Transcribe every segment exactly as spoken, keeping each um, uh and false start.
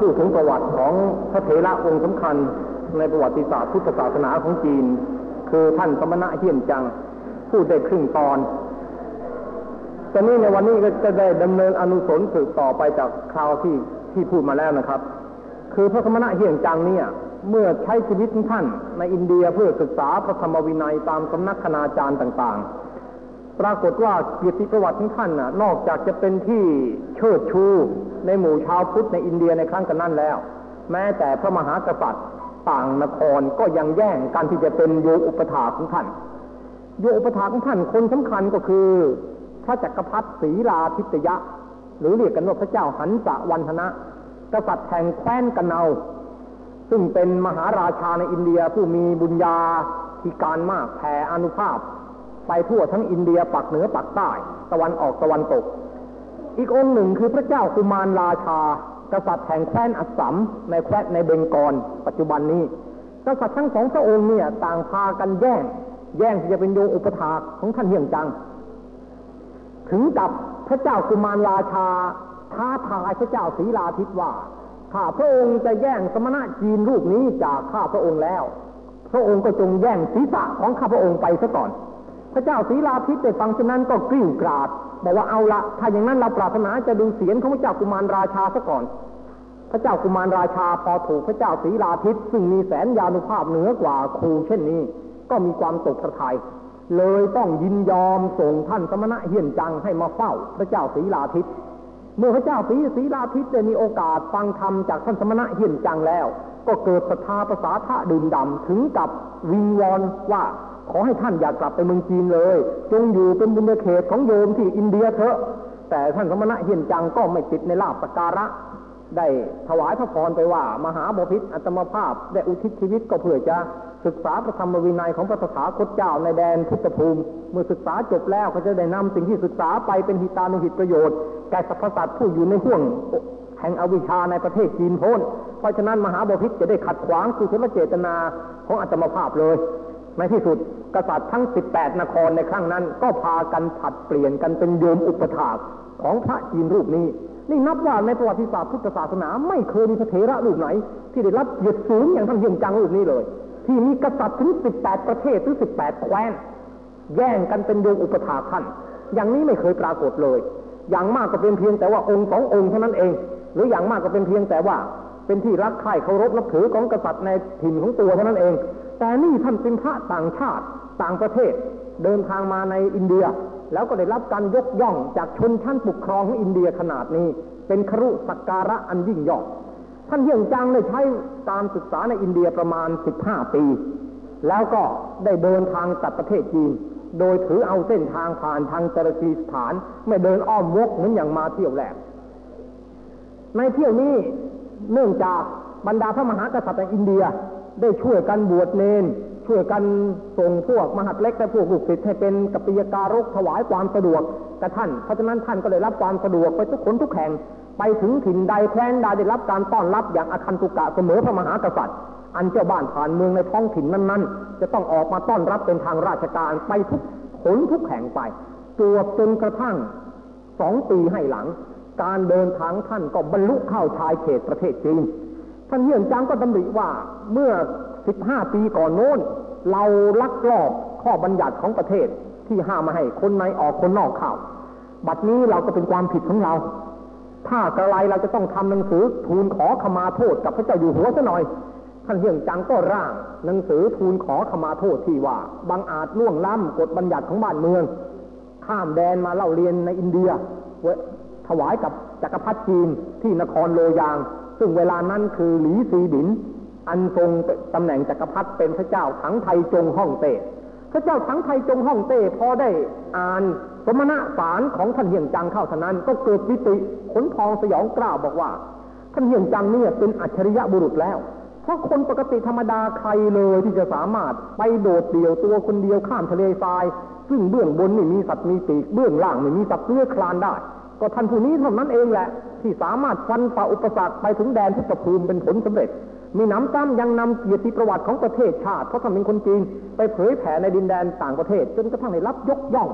พูดถึงประวัติของพระเถระองค์สำคัญในประวัติศาสตร์พุทธศาสนาของจีนคือท่านสมณะเฮียนจังพูดได้ครึ่งตอนตอนนี้ในวันนี้ก็จะได้ดำเนินอนุสรณ์สืบต่อไปจากคราวที่ที่พูดมาแล้วนะครับคือพระสมณะเฮียนจังเนี่ยเมื่อใช้ชีวิตของท่านในอินเดียเพื่อศึกษาพระธรรมวินัยตามสำนักคณาจารย์ต่างๆปรากฏว่าเกียรติประวัติของท่านน่ะนอกจากจะเป็นที่เชิดชูในหมู่ชาวพุทธในอินเดียในครั้งกันนั้นแล้วแม้แต่พระมหากษัตริย์ต่างนครก็ยังแย่งกันที่จะเป็นโยอุปถาของท่านโยอุปถาของท่านคนสำคัญก็คือพระจักรพรรดิศรีลาทิตยะหรือเรียกกันว่าพระเจ้าหันสวันธนะกษัตริย์แห่งแคว้นกันเนาซึ่งเป็นมหาราชาในอินเดียผู้มีบุญญาธิการมากแผ่อานุภาพไปทั่วทั้งอินเดียปักเหนือปักใต้ตะวันออกตะวันตกอีกองค์หนึ่งคือพระเจ้ากุมารราชากษัตริย์แห่งแคว้นอัสสัมในแคว้นในเบงกอลปัจจุบันนี้กษัตริย์ทั้งสองพระองค์เนี่ยต่างพากันแย่งแย่งที่จะเป็นโยอุปถากของท่านเฮียงจังถึงกับพระเจ้ากุมารราชาท้าทายพระเจ้าศรีลาทิตว่าข้าพระองค์จะแย่งสมณะจีนรูปนี้จากข้าพระองค์แล้วพระองค์ก็จงแย่งศีรษะของข้าพระองค์ไปซะก่อนพระเจ้าศรีลาทิตได้ฟังเช่นนั้นก็กริ้วกราดบอกว่าเอาละถ้าอย่างนั้นเราปรารถนาจะดูเสียงของพระเจ้ากุมารราชาซะก่อนพระเจ้ากุมารราชาพอถูกพระเจ้าศรีลาทิตซึ่งมีแสนยานุภาพเหนือกว่าครูเช่นนี้ก็มีความตกพระทัยเลยต้องยินยอมส่งท่านสมณะเฮียนจังให้มาเฝ้าพระเจ้าศรีลาทิตเมื่อพระเจ้าศรีศรีลาทิตได้มีโอกาสฟังธรรมจากท่านสมณะเฮียนจังแล้วก็เกิดศรัทธาภาษาทะดื่มด่ำถึงกับวิงวอนว่าขอให้ท่านอย่ากลับไปเมืองจีนเลยจงอยู่เป็นบุญเขตของโยมที่อินเดียเถอะแต่ท่านสมณะเฮียนจังก็ไม่ติดในลาภสักการะได้ถวายพระพรไปว่ามหาบพิตรอัตมภาพได้อุทิศชีวิตก็เพื่อจะศึกษาพระธรรมวินัยของพระตถาคตเจ้าในแดนพุทธภูมิเมื่อศึกษาจบแล้วก็จะได้นำสิ่งที่ศึกษาไปเป็นหิตานุหิตประโยชน์แก่สรรพสัตว์ผู้อยู่ในห่วงแห่งอวิชชาในประเทศจีนโพ้นเพราะฉะนั้นมหาบพิตรจะได้ขัดขวางกุศลเจตนาของอัตมภาพเลยในที่สุดกษัตริย์ทั้งสิบแปดนครในครั้งนั้นก็พากันผัดเปลี่ยนกันเป็นโยมอุปถากของพระจีนรูปนี้นี่นับว่าในประวัติศาสตร์พุทธศาสนาไม่เคยมีพระเถระรูปไหนที่ได้รับเกียรติสูงอย่างท่านเฮียงจังรูปนี้เลยที่มีกษัตริย์ถึงสิบแปดประเทศหรือสิบแปดแคว้นแย่งกันเป็นโยมอุปถากท่านอย่างนี้ไม่เคยปรากฏเลยอย่างมากก็เป็นเพียงแต่ว่าองค์สององค์เท่านั้นเองหรืออย่างมากก็เป็นเพียงแต่ว่าเป็นที่รักใคร่เคารพนับถือของกษัตริย์ในถิ่นของตัวเท่านั้นเองแต่นี่ท่านเป็นพระต่างชาติต่างประเทศเดินทางมาในอินเดียแล้วก็ได้รับการยกย่องจากชนชั้นปกครองของอินเดียขนาดนี้เป็นครุสักการะอันยิ่งยอดท่านเฮียงจังได้ใช้การศึกษาในอินเดียประมาณสิบห้าปีแล้วก็ได้เดินทางกลับประเทศจีนโดยถือเอาเส้นทางผ่านทางจรกีสถานไม่เดินอ้อมวกเหมือนอย่างมาเที่ยวแรกในเที่ยวนี้เนื่องจากบรรดาพระมหากษัตริย์ในอินเดียได้ช่วยกันบวชเนรช่วยกันส่งพวกมหาดเล็กและพวกลูกศิษย์ให้เป็นกัปปิยการกถวายความสะดวกกับท่านเพราะฉะนั้นท่านก็ได้รับความสะดวกไปทุกคนทุกแห่งไปถึงถิ่นใดแคว้นใดได้รับการต้อนรับอย่างอคันตุกะเสมอพระมหากษัตริย์อันเจ้าบ้านผ่านเมืองในท้องถิ่นนั้นๆจะต้องออกมาต้อนรับเป็นทางราชการไปทุกขนทุกแห่งไปจวบจนกระทั่งสองปีให้หลังการเดินทางท่านก็บรรลุเข้าชายเขตประเทศจีนท่านเฮียงจังก็ดำริว่าเมื่อสิบห้าปีก่อนโน้นเราลักลอบข้อบัญญัติของประเทศที่ห้ามไม่ให้คนในออกคนนอกเข้าบัดนี้เราก็เป็นความผิดของเราถ้ากระไรเราจะต้องทำหนังสือทูลขอขมาโทษกับพระเจ้าอยู่หัวซะหน่อยท่านเฮียงจังก็ร่างหนังสือทูลขอขมาโทษที่ว่าบังอาจล่วงล้ำกฎบัญญัติของบ้านเมืองข้ามแดนมาเล่าเรียนในอินเดียถวายกับจักรพรรดิจีนที่นครโลยางซึ่งเวลานั้นคือหลีซีดินอันทรงตำแหน่งจักรพรรดิเป็นพระเจ้าถังไทจงฮ่องเต้พระเจ้าถังไทจงฮ่องเต้พอได้อ่านสมณะสารของท่านเฮียงจังเข้าเท่านั้นก็เกิดปิติขนพองสยองกล้าวบอกว่าท่านเฮียงจังเนี่ยเป็นอัจฉริยะบุรุษแล้วเพราะคนปกติธรรมดาใครเลยที่จะสามารถไปโดดเดี่ยวตัวคนเดียวข้ามทะเลทรายซึ่งเบื้องบนนี่มีสัตว์มีปีกเบื้องล่างนี่มีสัตว์เลื้อยคลานได้ก็ท่านผู้นี้เท่านั้นเองแหละที่สามารถฟันฝ่าอุปสรรคไปถึงแดนพุทธภูมิเป็นผลสำเร็จมีน้ำซ้ำยังนำเกียรติประวัติของประเทศชาติเพราะท่านเป็นคนจีนไปเผยแผ่ในดินแดนต่างประเทศจนกระทั่งได้รับยกย่อง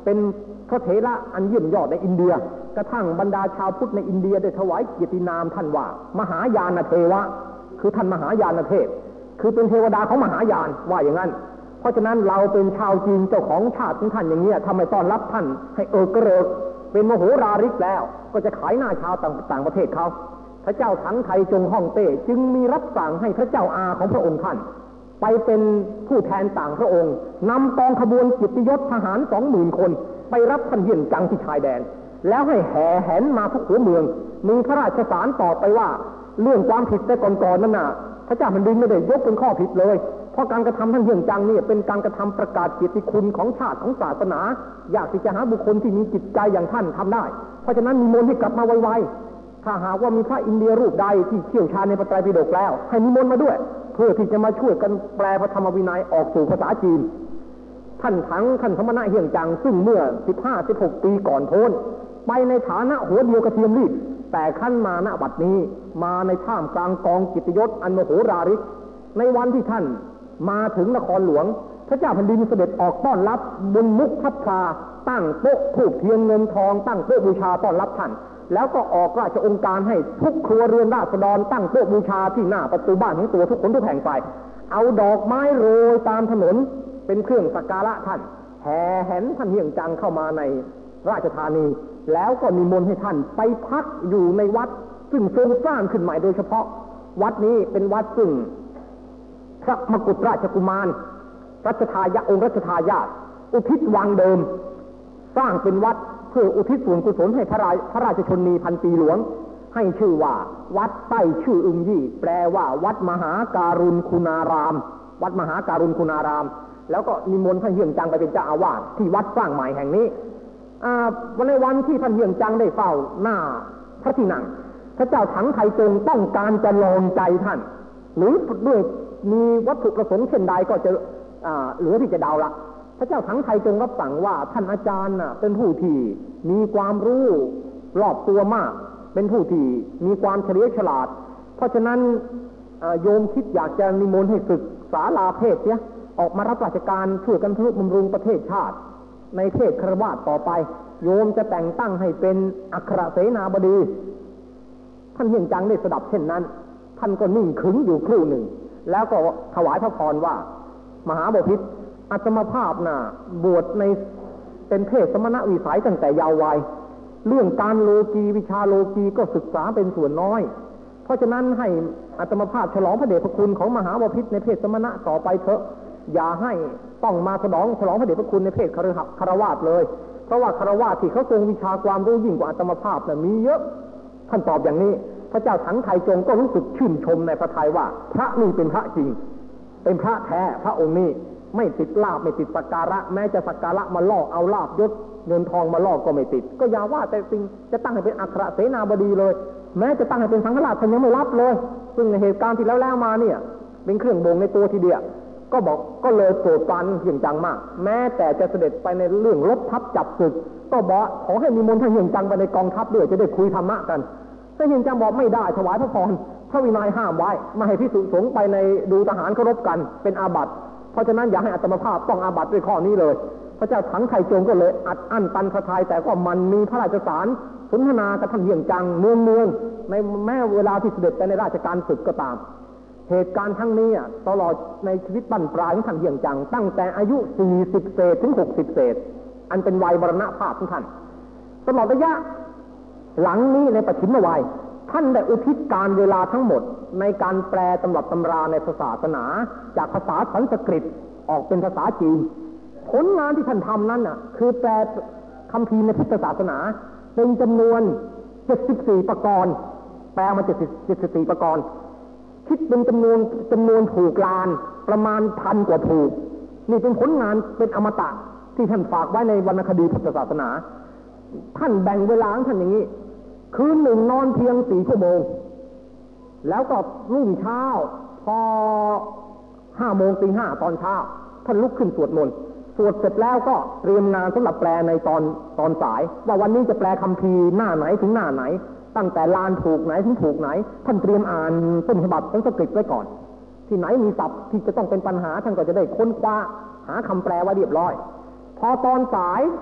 เป็นพระเถระอันเยี่ยมยอดในอินเดียกระทั่งบรรดาชาวพุทธในอินเดียได้ถวายเกียรตินามท่านว่ามหายานเทวะคือท่านมหายานเทพคือเป็นเทวดาของมหายานว่าอย่างนั้นเพราะฉะนั้นเราเป็นชาวจีนเจ้าของชาติของท่านอย่างนี้ทำไมต้อนรับท่านให้เออกระเริกเป็นมโหราริกแล้วก็จะขายหน้าชาวต่างประเทศเขาพระเจ้าถังไทจงฮ่องเต้จึงมีรับสั่งให้พระเจ้าอาของพระองค์ท่านไปเป็นผู้แทนต่างพระองค์นำกองขบวนกิตติยศทหารสองหมื่นคนไปรับท่านเยี่ยนจังที่ชายแดนแล้วให้แห่แหนมาทุกหัวเมืองมีพระราชสารต่อไปว่าเรื่องความผิดแต่ก่อนๆนั่นน่ะพระเจ้าแผ่นดินไม่ได้ยกเป็นข้อผิดเลยเพราะการกระทำท่านเยี่ยนจังนี่เป็นการกระทำประกาศเกียรติคุณของชาติของศาสนาอยากที่จะหาบุคคลที่มีจิตใจอย่างท่านทำได้เพราะฉะนั้นมีมนต์ให้กลับมาไวๆถ้าหากว่ามีพระอินเดียรูปใดที่เชี่ยวชาญในพระไตรปิฎกแล้วให้นิมนต์มาด้วยเพื่อที่จะมาช่วยกันแปลพระธรรมวินัยออกสู่ภาษาจีนท่านทั้งท่านสมณะเฮียงจังซึ่งเมื่อ สิบห้าสิบหก ปีก่อนโพ้นไปในฐานะหัวเดียวกระเทียมรีบแต่ขั้นมาณบัดนี้มาในท่ามกลางกองกิตติยศอันมโหราริกในวันที่ท่านมาถึงนครหลวงพระเจ้าแผ่นดินเสด็จออกต้อนรับบนมุกพัทราตั้งโต๊ะธูปเทียนเงินทองตั้งโต๊ะบูชาต้อนรับท่านแล้วก็ออกราชองค์การให้ทุกครัวเรือนราษฎรตั้งโต๊ะบูชาที่หน้าประตูบ้านของตัวทุกคนทุกแห่งไปเอาดอกไม้โรยตามถนนเป็นเครื่องสักการะท่านแห่แหนท่านเฮียงจังเข้ามาในราชธานีแล้วก็นิมนต์ให้ท่านไปพักอยู่ในวัดซึ่งทรงสร้างขึ้นใหม่โดยเฉพาะวัดนี้เป็นวัดซึ่งพระมกุฎราชกุมารรัชทายาองค์รัชทายาทอุทิศวังเดิมสร้างเป็นวัดเพื่ออุทิศส่วนกุศลให้พระราชพระราชชนนีพันปีหลวงให้ชื่อว่าวัดใต้ชื่ออึงยี่แปลว่าวัดมหาการุณคุณารามวัดมหาการุณคุณารามแล้วก็นิมนต์ท่านเฮียงจังไปเป็นเจ้าอาวาสที่วัดสร้างใหม่แห่งนี้วันในวันที่ท่านเฮียงจังได้เฝ้าหน้าพระที่นั่งพระเจ้าถังไทจงต้องการจะลองใจท่านหรือด้วยมีวัตถุประสงค์เช่นใดก็จะเหลือที่จะเดาละพระเจ้าถังไทจงรับสั่งว่าท่านอาจารย์น่ะเป็นผู้ที่มีความรู้รอบตัวมากเป็นผู้ที่มีความเฉลียวฉลาดเพราะฉะนั้นโยมคิดอยากจะนิมนต์ให้ศึกษาลาเพศเนี่ยออกมารับราชการช่วยกันทนุบำรุงประเทศชาติในเพศคฤหัสถ์ต่อไปโยมจะแต่งตั้งให้เป็นอัครเสนาบดีท่านเฮียงจังได้สดับเช่นนั้นท่านก็นิ่งขึงอยู่ครู่หนึ่งแล้วก็ถวายพระพรว่ามหาบพิตรอาตมาภาพน่ะบวชในเป็นเพศสมณวิสัยตั้งแต่เยาว์วัยเรื่องการโลกีวิชาโลกีก็ศึกษาเป็นส่วนน้อยเพราะฉะนั้นให้อาตมาภาพฉลองพระเดชพระคุณของมหาบพิตรในเพศสมณะต่อไปเถอะอย่าให้ต้องมาฉลองฉลองพระเดชพระคุณในเพศคฤหัสถ์เลยเพราะว่าคฤหัสถ์ที่เขาทรงวิชาความรู้ยิ่งกว่าอาตมาภาพน่ะมีเยอะท่านตอบอย่างนี้พระเจ้าถังไทจงก็รู้สึกชื่นชมในพระทัยว่าพระนี่เป็นพระจริงเป็นพระแท้พระองค์นี้ไม่ติดลาภไม่ติดสักการะแม้จะสักการะมาล่อเอาลาภยศเงินทองมาล่อก็ไม่ติดก็อย่าว่าแต่สิ่งจะตั้งให้เป็นอัครเสนาบดีเลยแม้จะตั้งให้เป็นสังฆราชท่านยังไม่รับเลยซึ่งในเหตุการณ์ที่แล้วแล้วมาเนี่ยเป็นเครื่องบ่งในตัวทีเดียวก็บอกก็เลยโปรดปรานเฮียงจังมากแม้แต่จะเสด็จไปในเรื่องลบทัพจับศึกก็บอกขอให้มีมนต์ท่านเฮียงจังไปในกองทัพด้วยจะได้คุยธรรมะกันท่านเฮียงจังบอกไม่ได้ถวายพระพรพระวินัยห้ามไว้ไม่ให้ภิกษุสงฆ์ไปในดูทหารเคารพกันเป็นอาบัติเพราะฉะนั้นอย่าให้อัตมภาพต้องอาบัติด้วยข้อนี้เลยพระเจ้าถังไทจงก็เลยอัดอั้นตันพระทัยแต่ก็มันมีพระราชสารสนทนากับท่านเฮียงจังเมืองเมืองในแม้เวลาที่เสด็จไปในราชการศึกก็ตามเหตุการณ์ทั้งนี้ตลอดในชีวิตบั้นปลายของท่านเฮียงจังตั้งแต่อายุสี่สิบเศษถึงหกสิบเศษอันเป็นวัยมรณภาพของท่านตลอดระยะหลังนี้ในปัจฉิมวัยท่านได้อุทิศการเวลาทั้งหมดในการแปลตำรับตำราในศาสนาจากภาษาสันสกฤตออกเป็นภาษาจีนผลงานที่ท่านทำนั้นน่ะคือแปลคัมภีร์ในพุทธศาสนาเป็นจำนวนเจ็ดสิบสี่ประกรณ์แปลมาเจ็ดสิบสี่ประกรณ์คิดเป็นจำนวนจำนวนถูกลานประมาณพันกว่าถูกนี่เป็นผลงานเป็นอมตะที่ท่านฝากไว้ในวรรณคดีพุทธศาสนาท่านแบ่งเวลาของท่านอย่างนี้คืนหนึ่งนอนเพียงสี่ชั่วโมงแล้วก็รุ่งเช้าพอห้าโมงตีห้าตอนเช้าท่านลุกขึ้นสวดมนต์สวดเสร็จแล้วก็เตรียมงานสำหรับแปลในตอนตอนสายว่าวันนี้จะแปลคัมภีร์หน้าไหนถึงหน้าไหนตั้งแต่ลานถูกไหนถึงถูกไหนท่านเตรียมอ่านต้นฉบับสันสกฤตไว้ก่อนที่ไหนมีศัพท์ที่จะต้องเป็นปัญหาท่านก็จะได้ค้นคว้าหาคำแปลไว้เรียบร้อยพอตอนสาย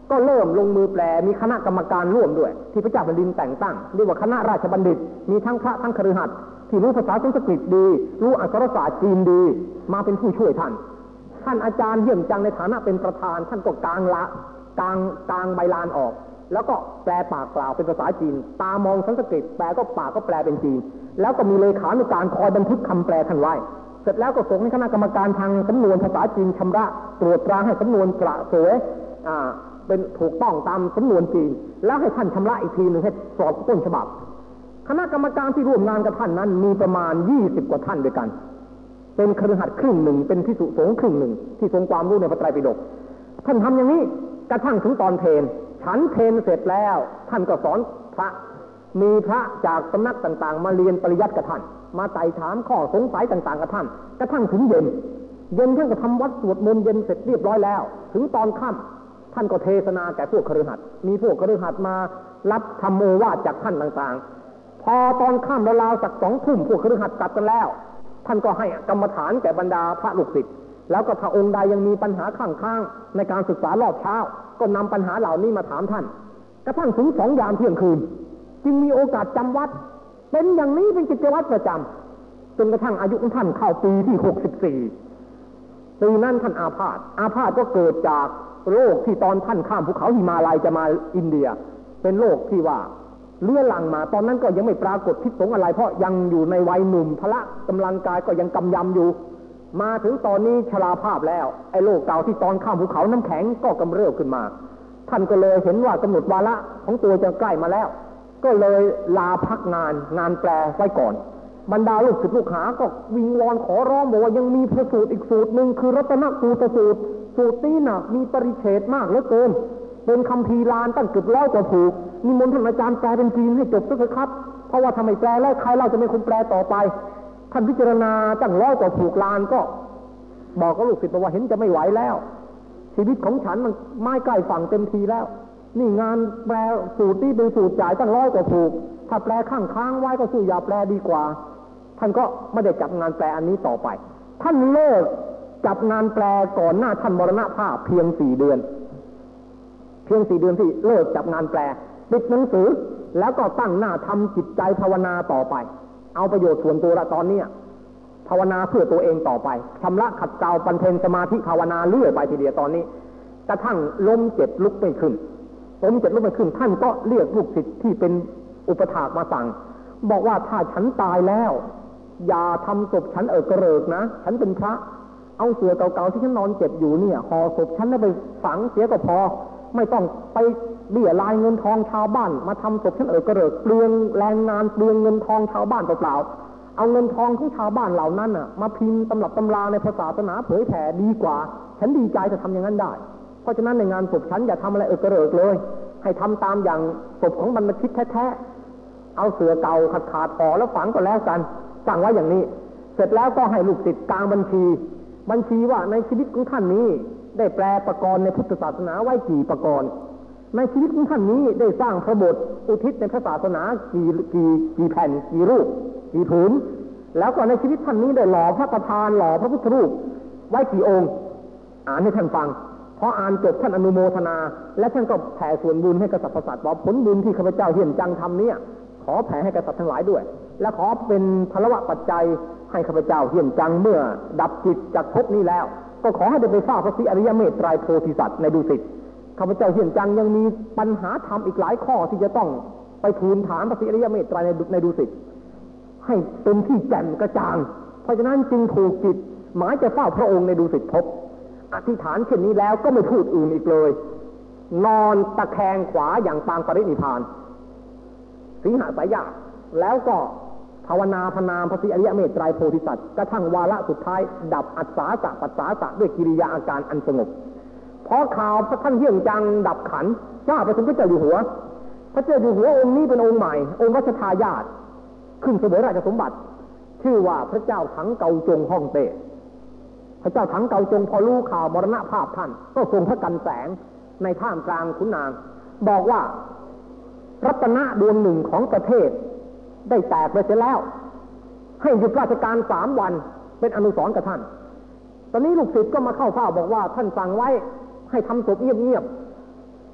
ก็เริ่มลงมือแปลมีคณะกรรมการร่วมด้วยที่พระเจ้าแผ่นดินแต่งตั้งเรียกว่าคณะราชบัณฑิตมีทั้งพระทั้งคฤหัสถ์ที่รู้ภาษาสันสกฤตดีรู้อักษรศาสตร์จีนดีมาเป็นผู้ช่วยท่านท่านอาจารย์เยี่ยมจังในฐานะเป็นประธานท่านก็กางละกางกางใบลานออกแล้วก็แปลปากกล่าวเป็นภาษาจีนตามองสันสกฤตแปลก็ปากก็แปลเป็นจีนแล้วก็มีเลขานุการคอยบันทึกคำแปลท่านไว้เสร็จแล้วก็ส่งให้คณะกรรมการทางสำนวนภาษาจีนชำระตรวจตราให้สำนวนกระสวยอ่าเป็นถูกต้องตามสำนวนจีนแล้วให้ท่านชำระอีกทีหนึ่งให้สอบต้นฉบับคณะกรรมการที่ร่วมงานกับท่านนั้นมีประมาณยี่สิบกว่าท่านด้วยกันเป็นคฤหัสถ์ครึ่งหนึ่งเป็นภิกษุสงฆ์ครึ่งหนึ่งที่ทรงความรู้ในพระไตรปิฎกท่านทำอย่างนี้กระทั่งถึงตอนเพลฉันเพลเสร็จแล้วท่านก็สอนพระมีพระจากสำนักต่างๆมาเรียนปริยัติกับท่านมาไต่ถามข้อสงสัยต่างๆกับท่านกระทั่งถึงเย็นเย็นท่านก็ทำวัดสวดมนต์เย็นเสร็จเรียบร้อยแล้วถึงตอนค่ำท่านก็เทศนาแก่พวกคฤหัสถ์มีพวกคฤหัสถ์มารับธรรมโอวาทจากท่านต่างๆพอตอนค่ำราวๆสักสองทุ่มพวกคฤหัสถ์กลับกันแล้วท่านก็ให้กรรมฐานแก่บรรดาพระลูกศิษย์แล้วก็ถ้าองค์ใดยังมีปัญหาข้างๆในการศึกษารอบเช้าก็นำปัญหาเหล่านี้มาถามท่านกระทั่งถึงสองยามเที่ยงคืนจึงมีโอกาสจำวัดเป็นอย่างนี้เป็นกิจวัตรประจำจนกระทั่งอายุของท่านเข้าปีที่หกสิบสี่ปีนั้นท่านอาพาธอาพาธก็เกิดจากโรคที่ตอนท่านข้ามภูเขาหิมาลัยจะมาอินเดียเป็นโรคที่ว่าเลื้อรังมาตอนนั้นก็ยังไม่ปรากฏพิษสงอะไรเพราะยังอยู่ในวัยหนุ่มพละกำลังกายก็ยังกำยำอยู่มาถึงตอนนี้ชราภาพแล้วไอ้โรคเก่าที่ตอนข้ามภูเขาน้ำแข็งก็กำเริบขึ้นมาท่านก็เลยเห็นว่ากำหนดวาระของตัวจะใกล้มาแล้วก็เลยลาพักงานงานแปลไว้ก่อนบรรดาลูกศิษย์ลูกหาก็วิงวอนขอร้องบอกว่ายังมีพระสูตรอีกสูตรหนึ่งคือรัตนสูตรสูตรสูตรนี้นะมีปริเฉดมากเหลือเกินเป็นคำพีลานตั้งเกือบร้อยกว่าผูกนิมนต์ท่านอาจารย์แปลเป็นจีนให้จบสักครับเพราะว่าทำไมแปลแล้วใครเราจะเป็นคนแปลต่อไปท่านพิจารณาตั้งร้อยกว่าผูกลานก็บอกกับลูกศิษย์ว่าเห็นจะไม่ไหวแล้วชีวิตของฉันมันไม่ใกล้ฝั่งเต็มทีแล้วนี่งานแปลสูตรที่เป็นสูตรจ่ายตั้งร้อยกว่าผูกถ้าแปลข้างค้างไว้ก็สู้อย่าแปลดีกว่าท่านก็ไม่ได้จับงานแปลอันนี้ต่อไปท่านเลิกจับงานแปลก่อนหน้าท่านมรณภาพเพียงสี่เดือนเพียงสี่เดือนที่เลิกจับงานแปลปิดหนังสือแล้วก็ตั้งหน้าทำจิตใจภาวนาต่อไปเอาประโยชน์ส่วนตัวละตอนนี้ภาวนาเพื่อตัวเองต่อไปชำระขัดเกลาบรรเทนสมาธิภาวนาเรื่อยไปทีเดียวตอนนี้กระทั่งล้มเจ็บลุกไม่ขึ้นล้มเจ็บลุกไม่ขึ้นท่านก็เรียกลูกศิษย์ที่เป็นอุปถากมาสั่งบอกว่าถ้าฉันตายแล้วอย่าทำศพฉันเอิกกระเริกนะฉันเป็นพระเอาเสือเก่าๆที่ฉันนอนเจ็บอยู่เนี่ยห่อศพฉันแล้วไปฝังเสียก็พอไม่ต้องไปเบี้ยรายเงินทองชาวบ้านมาทำศพฉันเอิกกระเริกเปลืองแรงงานเปลืองเงินทองชาวบ้านเปล่าๆเอาเงินทองของชาวบ้านเหล่านั้นน่ะมาพิมพ์ตำรับตำราในภาษาศาสนาเผยแผ่ดีกว่าฉันดีใจจะทำอย่างนั้นได้เพราะฉะนั้นในงานศพฉันอย่าทำอะไรเอิกกระเริกเลยให้ทำตามอย่างศพของบรรพชิตแท้ๆเอาเสือเก่าขาดขาดห่อแล้วฝังก็แล้วกันสั่งไว้อย่างนี้เสร็จแล้วก็ให้ลูกศิษย์กลางบัญชีบัญชีว่าในชีวิตของท่านนี้ได้แปลประกรณ์ในพุทธศาสนาไว้กี่ประกรณ์ในชีวิตของท่านนี้ได้สร้างพระบทอุทิศในพระศาสนากี่กี่กี่แผ่นกี่รูปกี่ผืนแล้วก็ในชีวิตท่านนี้ได้หล่อพระประธานหล่อพระพุทธรูปไว้กี่องค์อ่านให้ท่านฟังพออ่านจบท่านอนุโมทนาและท่านก็แผ่ส่วนบุญให้กับสรรพสัตว์บอกผลบุญที่ข้าพเจ้าเฮียนจังทำเนี่ยขอแผ่ให้กับสัตว์ทั้งหลายด้วยและขอเป็นพลวะปัจจัยให้ข้าพเจ้าเฮียนจังเมื่อดับจิตจากภพนี้แล้วก็ขอให้ได้ไปเฝ้าพระศรีอริยเมตไตรโพธิสัตว์ในดุสิตข้าพเจ้าเฮียนจังยังมีปัญหาธรรมอีกหลายข้อที่จะต้องไปทูลถามพระศรีอริยเมตไตรในดุสิตให้เป็นที่แจ่มกระจ่างเพราะฉะนั้นจึงถูกจิตหมายจะเฝ้าพระองค์ในดุสิตภพอธิษฐานเช่นนี้แล้วก็ไม่พูดอื่นอีกเลยนอนตะแคงขวาอย่างปางปรินิพพานสิงหสายญาติแล้วก็ภาวนาพนามพระศรีอริยเมตไตรโพธิสัตว์กระทั่งวาระสุดท้ายดับอัศสาสะปัสสาสะด้วยกิริยาอาการอันสงบพอข่าวพระท่านเยี่ยงจังดับขันเจ้าไปถึงพระเจ้าอยู่หัวพระเจ้าอยู่หัวองค์นี้เป็นองค์ใหม่องค์รัชทายาทขึ้นเสวยราชสมบัติชื่อว่าพระเจ้าถังเกาจงฮ่องเต้พระเจ้าถังเกาจงพอรู้ข่าวมรณภาพท่านก็ทรงพระกันแสงในท่ามกลางขุนนางบอกว่ารัตนะดวงหนึ่งของประเทศได้แตกไปเสียแล้วให้หยุดราชการสามวันเป็นอนุสรณ์กับท่านตอนนี้ลูกศิษย์ก็มาเข้าเฝ้าบอกว่าท่านสั่งไว้ให้ทำศพเงียบๆ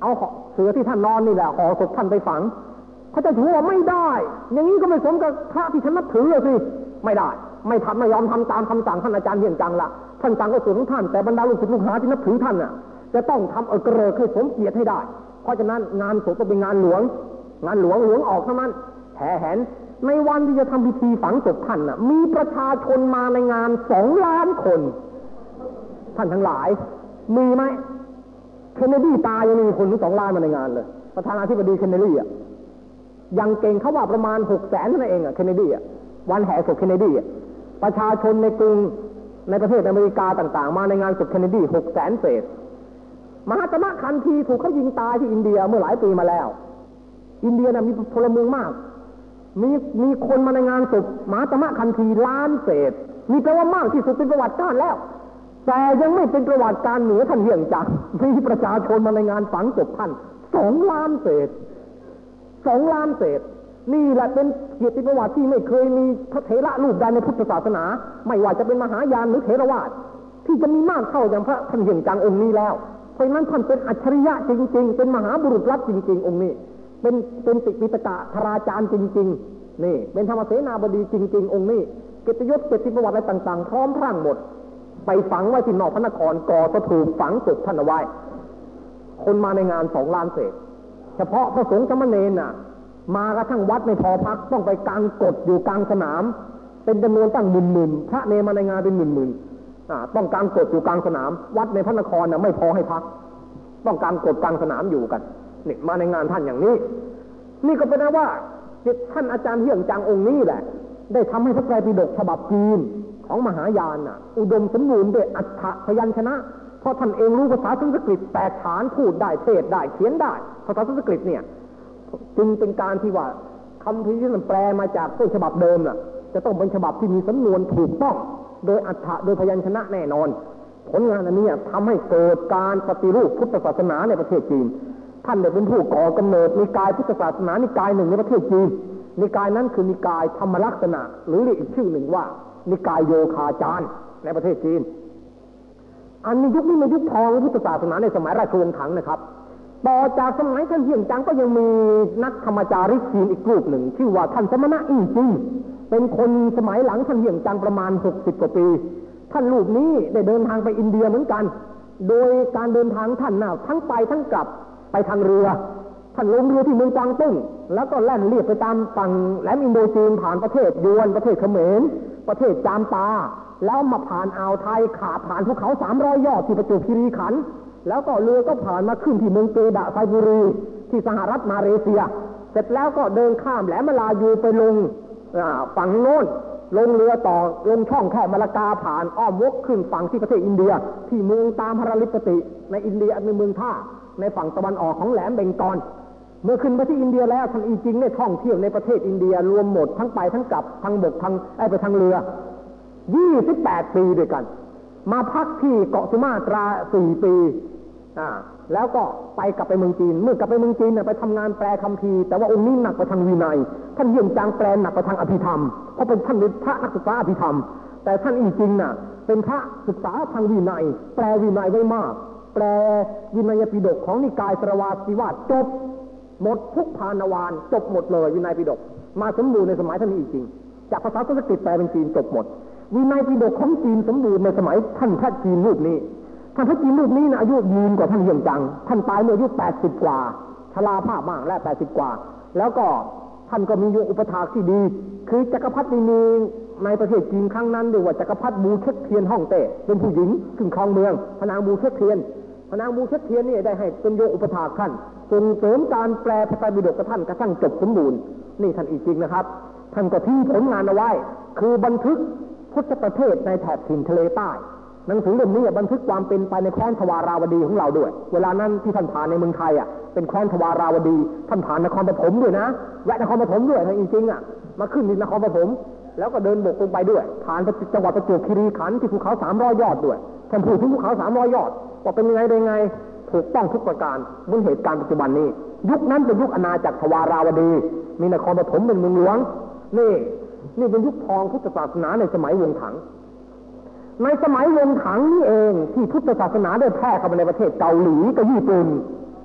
เอาเสือที่ท่านนอนนี่แหละห่อศพท่านไปฝังเขาจะถือว่าไม่ได้อย่างนี้ก็ไม่สมกับพระที่ฉันนับถือเลยสิไม่ได้ไม่ทำไม่ยอมทำตามคำสั่งท่านอาจารย์เฮียนจังละท่านสั่งก็ส่วนของท่านแต่บรรดาลูกศิษย์ลูกหาที่นับถือท่านน่ะจะต้องทำเออกระเริกให้สมเกียรติให้ได้เพราะฉะนั้นงานศพต้องเป็นงานหลวงงานหลวงหลวงออกเท่านั้นแห่แหนในวันที่จะทำพิธีฝังศพท่านน่ะมีประชาชนมาในงานสองล้านคนท่านทั้งหลายมีไหมเคนเนดีตายยังมีคนถึงสองล้านมาในงานเลยประธานาธิบดีเคนเนดีอ่ะยังเก่งเขาว่าประมาณหกแสนนั่นเองอ่ะเคนเนดีอ่ะวันแห่ศพเคนเนดีอ่ะประชาชนในกรุงในประเทศอเมริกาต่างๆมาในงานศพเคนเนดีหกแสนเศษมหาตมะคันธีถูกเขายิงตายที่อินเดียเมื่อหลายปีมาแล้วอินเดียน่ะมีพลเมืองมากมีมีคนมาในงานศพมหาตมะคันธีล้านเศษมีแปลว่ามากที่สุดเป็นประวัติการแล้วแต่ยังไม่เป็นประวัติการเหนือท่านเฮียงจังมีประชาชนมาในงานฝังศพท่านสองล้านเศษสองล้านเศษนี่แหละเป็นเกียรติประวัติที่ไม่เคยมีพระเถระรูปใดในพุทธศาสนาไม่ว่าจะเป็นมหายานหรือเถรวาทที่จะมีมากเท่าอย่างพระท่านเฮียงจังองค์นี้แล้วเพราะนั้นท่านเป็นอัจฉริยะจริงๆเป็นมหาบุรุษลับจริงๆองค์นี้เป็นเป็นติปิตกะธราจารย์จริงๆนี่เป็นธรรมเสนาบดีจริงๆองค์นี้เกียรติยศเกียรติประวัติอะไรต่างๆพร้อมพรั่งหมดไปฝังไว้ที่นอกพระนครก่อประตูฝังศพท่านเอาไว้คนมาในงานสองล้านเศษเฉพาะพระสงฆ์สมณเณรน่ะมากระทั่งวัดไม่พอพักต้องไปกางกฎอยู่กลางสนามเป็นจำนวนตั้งหมื่นๆพระเนรมาในงานเป็นหมื่นๆอ่าต้องกางกฎอยู่กลางสนามวัดในพระนครน่ะไม่พอให้พักต้องกางกฎกลางสนามอยู่กันนี่มาในงานท่านอย่างนี้นี่ก็เป็นนะว่าท่านอาจารย์เฮียงจังองค์นี้แหละได้ทำให้พระไตรปิฎกฉบับจีนของมหายานน่ะอุดมสมบูรณ์ด้วยอัฏฐพยัญชนะเพราะท่านเองรู้ภาษาสันสกฤตแตกฉานพูดได้เทศได้เขียนได้ภาษาสันสกฤตเนี่ยจึงเป็นการที่ว่าคำที่มันแปลมาจากต้นฉบับเดิมน่ะจะต้องเป็นฉบับที่มีสำนวนถูกต้องโดยอัฏฐะโดยพยัญชนะแน่นอนผลงานอันนี้ทำให้เกิดการปฏิรูปพุทธศาสนาในประเทศจีนท่านได้เป็นผู้ก่อกำเนิดนิกายพุทธศาสนานิกายหนึ่งในประเทศจีนนิกายนั้นคือนิกายธรรมลักษณะหรือเรียกอีกชื่อหนึ่งว่านิกายโยคาจารในประเทศจีนอันนี้ยุคนี้เป็นยุคทองพุทธศาสนาในสมัยราชวงศ์ถังนะครับต่อจากสมัยท่านเฮียงจังก็ยังมีนักธรรมจาริกจีนอีกกลุ่มหนึ่งชื่อว่าท่านสมณะอี้จิงเป็นคนสมัยหลังท่านเฮียงจังประมาณหกสิบกว่าปีท่านรูปนี้ได้เดินทางไปอินเดียเหมือนกันโดยการเดินทางท่านน่ะทั้งไปทั้งกลับไปทางเรือท่านลงเรือที่เมืองกวางตุ้งแล้วก็แล่นเลียบไปตามฝั่งแหลมอินโดจีนผ่านประเทศยวนประเทศเขมรประเทศจามตาแล้วมาผ่านอ่าวไทยขาผ่านภูเขาสามร้อยยอดที่ประจวบคีรีขันธ์แล้วก็เรือก็ผ่านมาขึ้นที่เมืองเกดะไซบุรีที่สหรัฐมาเลเซียเสร็จแล้วก็เดินข้ามแหลมมาลายูไปลงฝั่งโน้นลงเรือต่อลงช่องแคบมาลากาผ่านอ้อมวกขึ้นฝั่งที่ประเทศอินเดียที่เมืองตามฮาราลิปติในอินเดียในเมืองท่าในฝั่งตะวันออกของแหลมเบงกอลเมื่อขึ้นไปที่อินเดียแล้วท่านอีจิงได้ท่องเที่ยวในประเทศอินเดียรวมหมดทั้งไปทั้งกลับทั้งบกทั้งไอ้ไปทางเรือยี่สิบแปดปีด้วยกันมาพักที่เกาะสุมาตราสี่ปีอ่าแล้วก็ไปกลับไปเมืองจีนเมื่อกลับไปเมืองจีนเนี่ยไปทำงานแปลคัมภีร์แต่ว่าองค์นี้หนักไปทางวินัยท่านเยี่ยมจางแปลหนักไปทางอภิธรรมเพราะเป็นท่านเป็นพระนักศึกษาอภิธรรมแต่ท่านอีจิงน่ะเป็นพระศึกษาทางวินัยแปลวินัยไว้มากแปลวินัยปิฎกของนิกายสรวาสิวาสจบหมดทุกพานวานจบหมดเลยวินัยปิฎกมาสมบูรณ์ในสมัยท่านอีจิงจากภาษาสันสกฤตแปลเป็นจีนจบหมดวินัยปิฎกของจีนสมบูรณ์ในสมัยท่านพระจีนรูปนี้ท่านพระจีนรูปนี้นะอายุยืนกว่าท่านเฮียงจังท่านตายเมื่ออายุแปดสิบกว่าชราภาพมากและแปดสิบกว่าแล้วก็ท่านก็มีอุปถากที่ดีคือจักรพรรดินีในประเทศจีนครั้งนั้นเรียกว่าจักรพรรดิบูเช็คเทียนฮ่องเต้เป็นผู้หญิงขึ้นครองเมืองพระนางบูเช็คเทียนพระนางบูเช็คเทียนนี่ได้ให้เป็นโยอุปถากท่านส่งเสริมการแปลพระไตรปิฎกกับท่านกระทั่งจบสมบูรณ์นี่ท่านอีกจริงนะครับท่านก็ทิ้งผลงานเอาไว้คือบันทึกพุทธประเทศในแถบถิ่นทะเลใต้หนังสือเล่มนี้บันทึกความเป็นไปในแคว้นทวาราวดีของเราด้วยเวลานั้นที่ท่านผ่านในเมืองไทยอ่ะเป็นแคว้นทวาราวดีท่านผ่านนครปฐมด้วยนะแวะนครปฐมด้วยท่านจริงๆอ่ะมาขึ้นที่นครปฐมแล้วก็เดินบกลงไปด้วยผ่านไปจังหวัดประจวบคีรีขันธ์ที่ภูเขาสามร้อยยอดด้วยท่านพูดถึงภูเขาสามร้อยยอดว่าเป็นยังไงได้ไงถูกต้องทุกประการเหมือนเหตุการณ์ปัจจุบันนี้ยุคนั้นเป็นยุคอาณาจักรทวาราวดีมีนครปฐมเป็นเมืองหลวงนี่นี่เป็นยุคทองพุทธศาสนาในสมัยวงถังในสมัยวงถังนี่เองที่พุทธศาสนาได้แพร่เข้ามาในประเทศเกาหลีกับญี่ปุ่น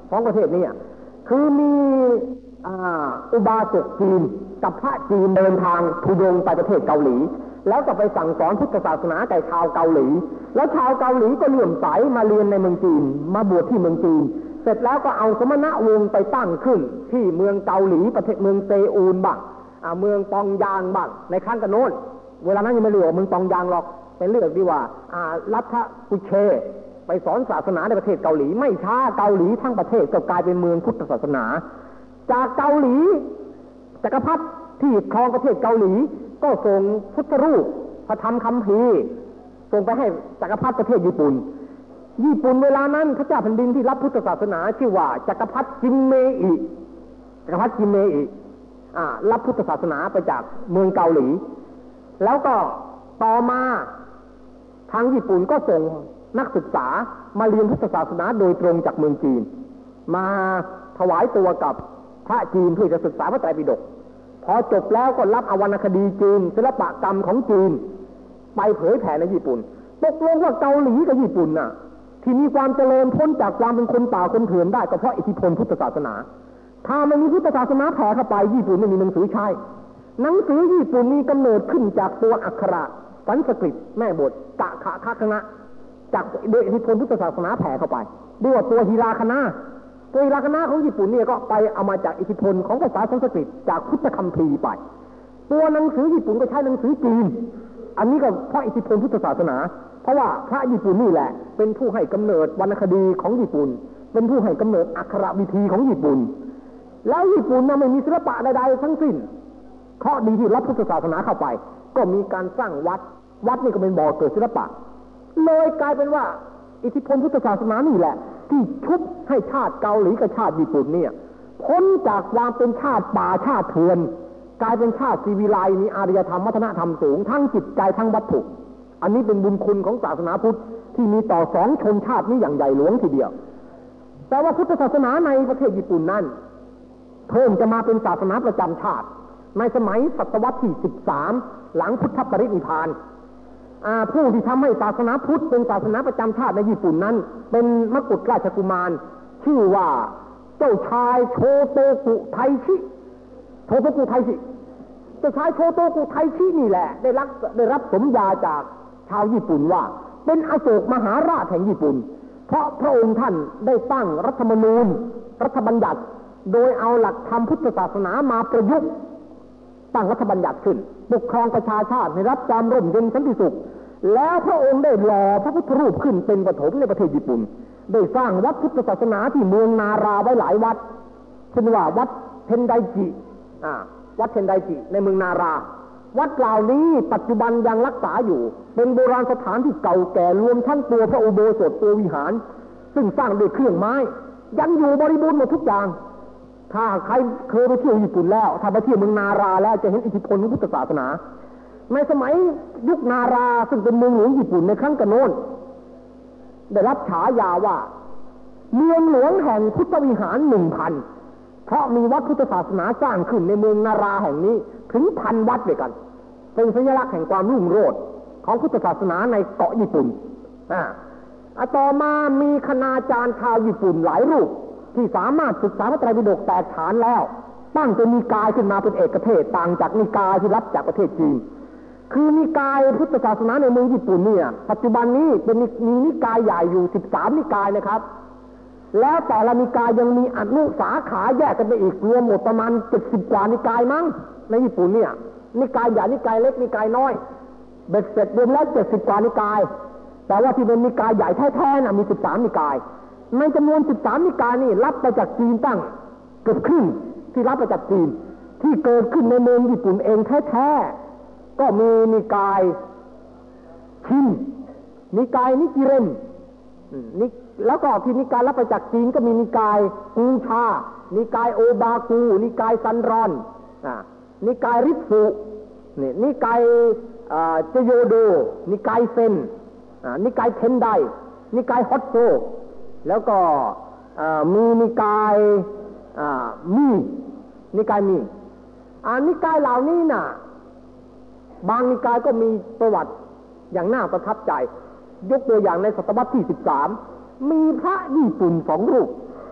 ของประเทศนี้คือมีอุบาสกจีนกับพระจีนเดินทางทุดงไปประเทศเกาหลีแล้วก็ไปสั่งสอนพุทธศาสนาแก่ชาวเกาหลีแล้วชาวเกาหลีก็เลื่อมใสมาเรียนในเมืองจีนมาบวชที่เมืองจีนเสร็จแล้วก็เอาสมณวงศ์ไปตั้งขึ้นที่เมืองเกาหลีประเทศเมืองเซอูลบ้างเมืองปองยางบ้างในขั้นกันโน้นเวลานั้นยังไม่เรียกว่าเมืองปองยางหรอกเป็นเรื่องที่ว่ารัฐกุเชไปสอนศาสนาในประเทศเกาหลีไม่ช้าเกาหลีทั้งประเทศก็กลายเป็นเมืองพุทธศาสนาจากเกาหลีจักรพรรดิที่ครองประเทศเกาหลีก็ส่งพุทธรูปพระธรรมคัมภีร์ส่งไปให้จักรพรรดิประเทศญี่ปุ่นญี่ปุ่นเวลานั้นพระเจ้าแผ่นดินที่รับพุทธศาสนาชื่อว่าจักรพรรดิจิมเมอิจักรพรรดิจิมเมอิอ่ารับพุทธศาสนาไปจากเมืองเกาหลีแล้วก็ต่อมาทางญี่ปุ่นก็ส่งนักศึกษามาเรียนพุทธศาสนาโดยตรงจากเมืองจีนมาถวายตัวกับพระจีนเพื่อจะศึกษาพระไตรปิฎกพอจบแล้วก็รับอวรรณคดีจีนศิลปกรรมของจีนไปเผยแผ่ในญี่ปุ่นตกลงว่าเกาหลีกับญี่ปุ่นน่ะที่มีความเจริญพ้นจากความเป็นคนป่าคนเถื่อนได้ก็เพราะอิทธิพลพุทธศาสนาถ้าไม่มีพุทธศาสนาแผ่เข้าไปญี่ปุ่นไม่มีหนังสือใช้หนังสือญี่ปุ่นมีกำเนิดขึ้นจากตัวอักขระสันสกฤตแม่บทกะขะคะคณะจากโดยอิทธิพลพุทธศาสนาแผ่เข้าไปด้วยตัวฮีราคณะตัวฮีราคณะของญี่ปุ่นเนี่ยก็ไปเอามาจากอิทธิพลของภาษาสันสกฤตจากพุทธคัมภีร์ไปตัวหนังสือญี่ปุ่นก็ใช้หนังสือจีนอันนี้ก็เพราะอิทธิพลพุทธศาสนาเพราะว่าพระญี่ปุ่นนี่แหละเป็นผู้ให้กำเนิดวรรณคดีของญี่ปุ่นเป็นผู้ให้กำเนิดอักขระวิธีของญี่ปุ่นแล้วญี่ปุ่นน่ะไม่มีศิลปะใดๆทั้งสิ้นเคราะห์ดีที่รับพุทธศาสนาเข้าไปก็มีการสร้างวัดวัดนี่ก็เป็นบ่อเกิดศิลปะเลยกลายเป็นว่าอิทธิพลพุทธศาสนานี่แหละที่ชุบให้ชาติเกาหลีกับชาติญี่ปุ่นเนี่ยพ้นจากความเป็นชาติป่าชาติเถื่อนกลายเป็นชาติศิวิไลซ์มีอารยธรรมวัฒนธรรมสูงทั้งจิตใจทั้งวัตถุอันนี้เป็นบุญคุณของศาสนาพุทธที่มีต่อสองชนชาตินี้อย่างใหญ่หลวงทีเดียวแต่ว่าพุทธศาสนาในประเทศญี่ปุ่นนั้นเพิ่มจะมาเป็นศาสนาประจำชาติในสมัยศตวรรษที่สิบสามหลังพุทธปรินิพพานผู้ที่ทำให้ศาสนาพุทธเป็นศาสนาประจำชาติในญี่ปุ่นนั้นเป็นมกุฎราชกุมารชื่อว่าเจ้าชายโชโตกุไทชิโชโตกุไทชิเจ้าชายโชโตกุไทชินี่แหละได้รับได้รับสมญาจากชาวญี่ปุ่นว่าเป็นอโศกมหาราชแห่งญี่ปุ่นเพราะพระองค์ท่านได้ตั้งรัฐธรรมนูญรัฐบัญญัติโดยเอาหลักธรรมพุทธศาสนามาประยุกต์ตั้งรัฐบัญญัติขึ้นปกครองประชาชาติให้รับความร่มเย็นสันติสุขแล้วพระองค์ได้หล่อพระพุทธรูปขึ้นเป็นปฐมในประเทศญี่ปุ่นได้สร้างวัดพุทธศาสนาที่เมืองนาราไว้หลายวัดเช่นว่าวัดเทนไดจิอ่าวัดเทนไดจิในเมืองนาราวัดเหล่านี้ปัจจุบันยังรักษาอยู่เป็นโบราณสถานที่เก่าแก่รวมทั้งตัวพระอุโบสถตัววิหารซึ่งสร้างด้วยเครื่องไม้ยังอยู่บริบูรณ์หมดทุกอย่างถ้าใครเคยไปเที่ยวญี่ปุ่นแล้วถ้าไปเที่ยวเมืองนาราแล้วจะเห็นอิทธิพลของพุทธศาสนาในสมัยยุคนาราซึ่งเป็นเมืองหลวงญี่ปุ่นในครั้งกโน้นได้รับฉายาว่าเมืองหลวงแห่งพุทธวิหารหนึ่งพันเพราะมีวัดพุทธศาสนาสร้างขึ้นในเมืองนาราแห่งนี้ถึงพันวัดด้วยกันเป็นสัญลักษณ์แห่งความรุ่งโรจน์ของพุทธศาสนาในเกาะญี่ปุ่นอ่าต่อมามีคณาจารย์ชาวญี่ปุ่นหลายรูปที่สามารถศึกษาพระไตรปิฎกแตกฉานแล้วตั้งเป็นนิกายขึ้นมาเป็นเอกเทศต่างจากนิกายที่รับจากประเทศจีนคือนิกายพุทธศาสนาในเมืองญี่ปุ่นเนี่ยปัจจุบันนี้เป็นมีนิกายใหญ่อยู่สิบสามนิกายนะครับแล้วแต่ละนิกายยังมีอนุสาขาแยกกันไปอีกรวมหมดประมาณเจ็ดสิบกว่านิกายมั้งในญี่ปุ่นเนี่ยนิกายใหญ่นิกายเล็กนิกายน้อยเบ็ดเสร็จรวมแล้วเจ็ดสิบกว่านิกายแต่ว่าที่เป็นนิกายใหญ่แท้ๆน่ะมีสิบสามนิกายในจำนวนสิบสามนิกายนี่รับมาจากจีนตั้งเกือบครึ่งที่รับมาจากจีนที่เกิดขึ้นในเมืองญี่ปุ่นเองแท้ๆก็มีนิกายชินนิกายนิกิเรนนิแล้วก็ที่นิกายรับมาจากจีนก็มีนิกายกูชานิกายโอบากูนิกายซันรอนอ่านิกายริสุนี่นิกายเจโยโดนิกายเซนอ่านิกายเทนไดนิกายฮอตโซแล้วก็มีนิกายมีนิกายมีอ่านิกายเหล่านี้น่ะบางนิกายก็มีประวัติอย่างน่าประทับใจยกตัวอย่างในศตวรรษที่สิบสามมีพระญี่ปุ่นสองรูป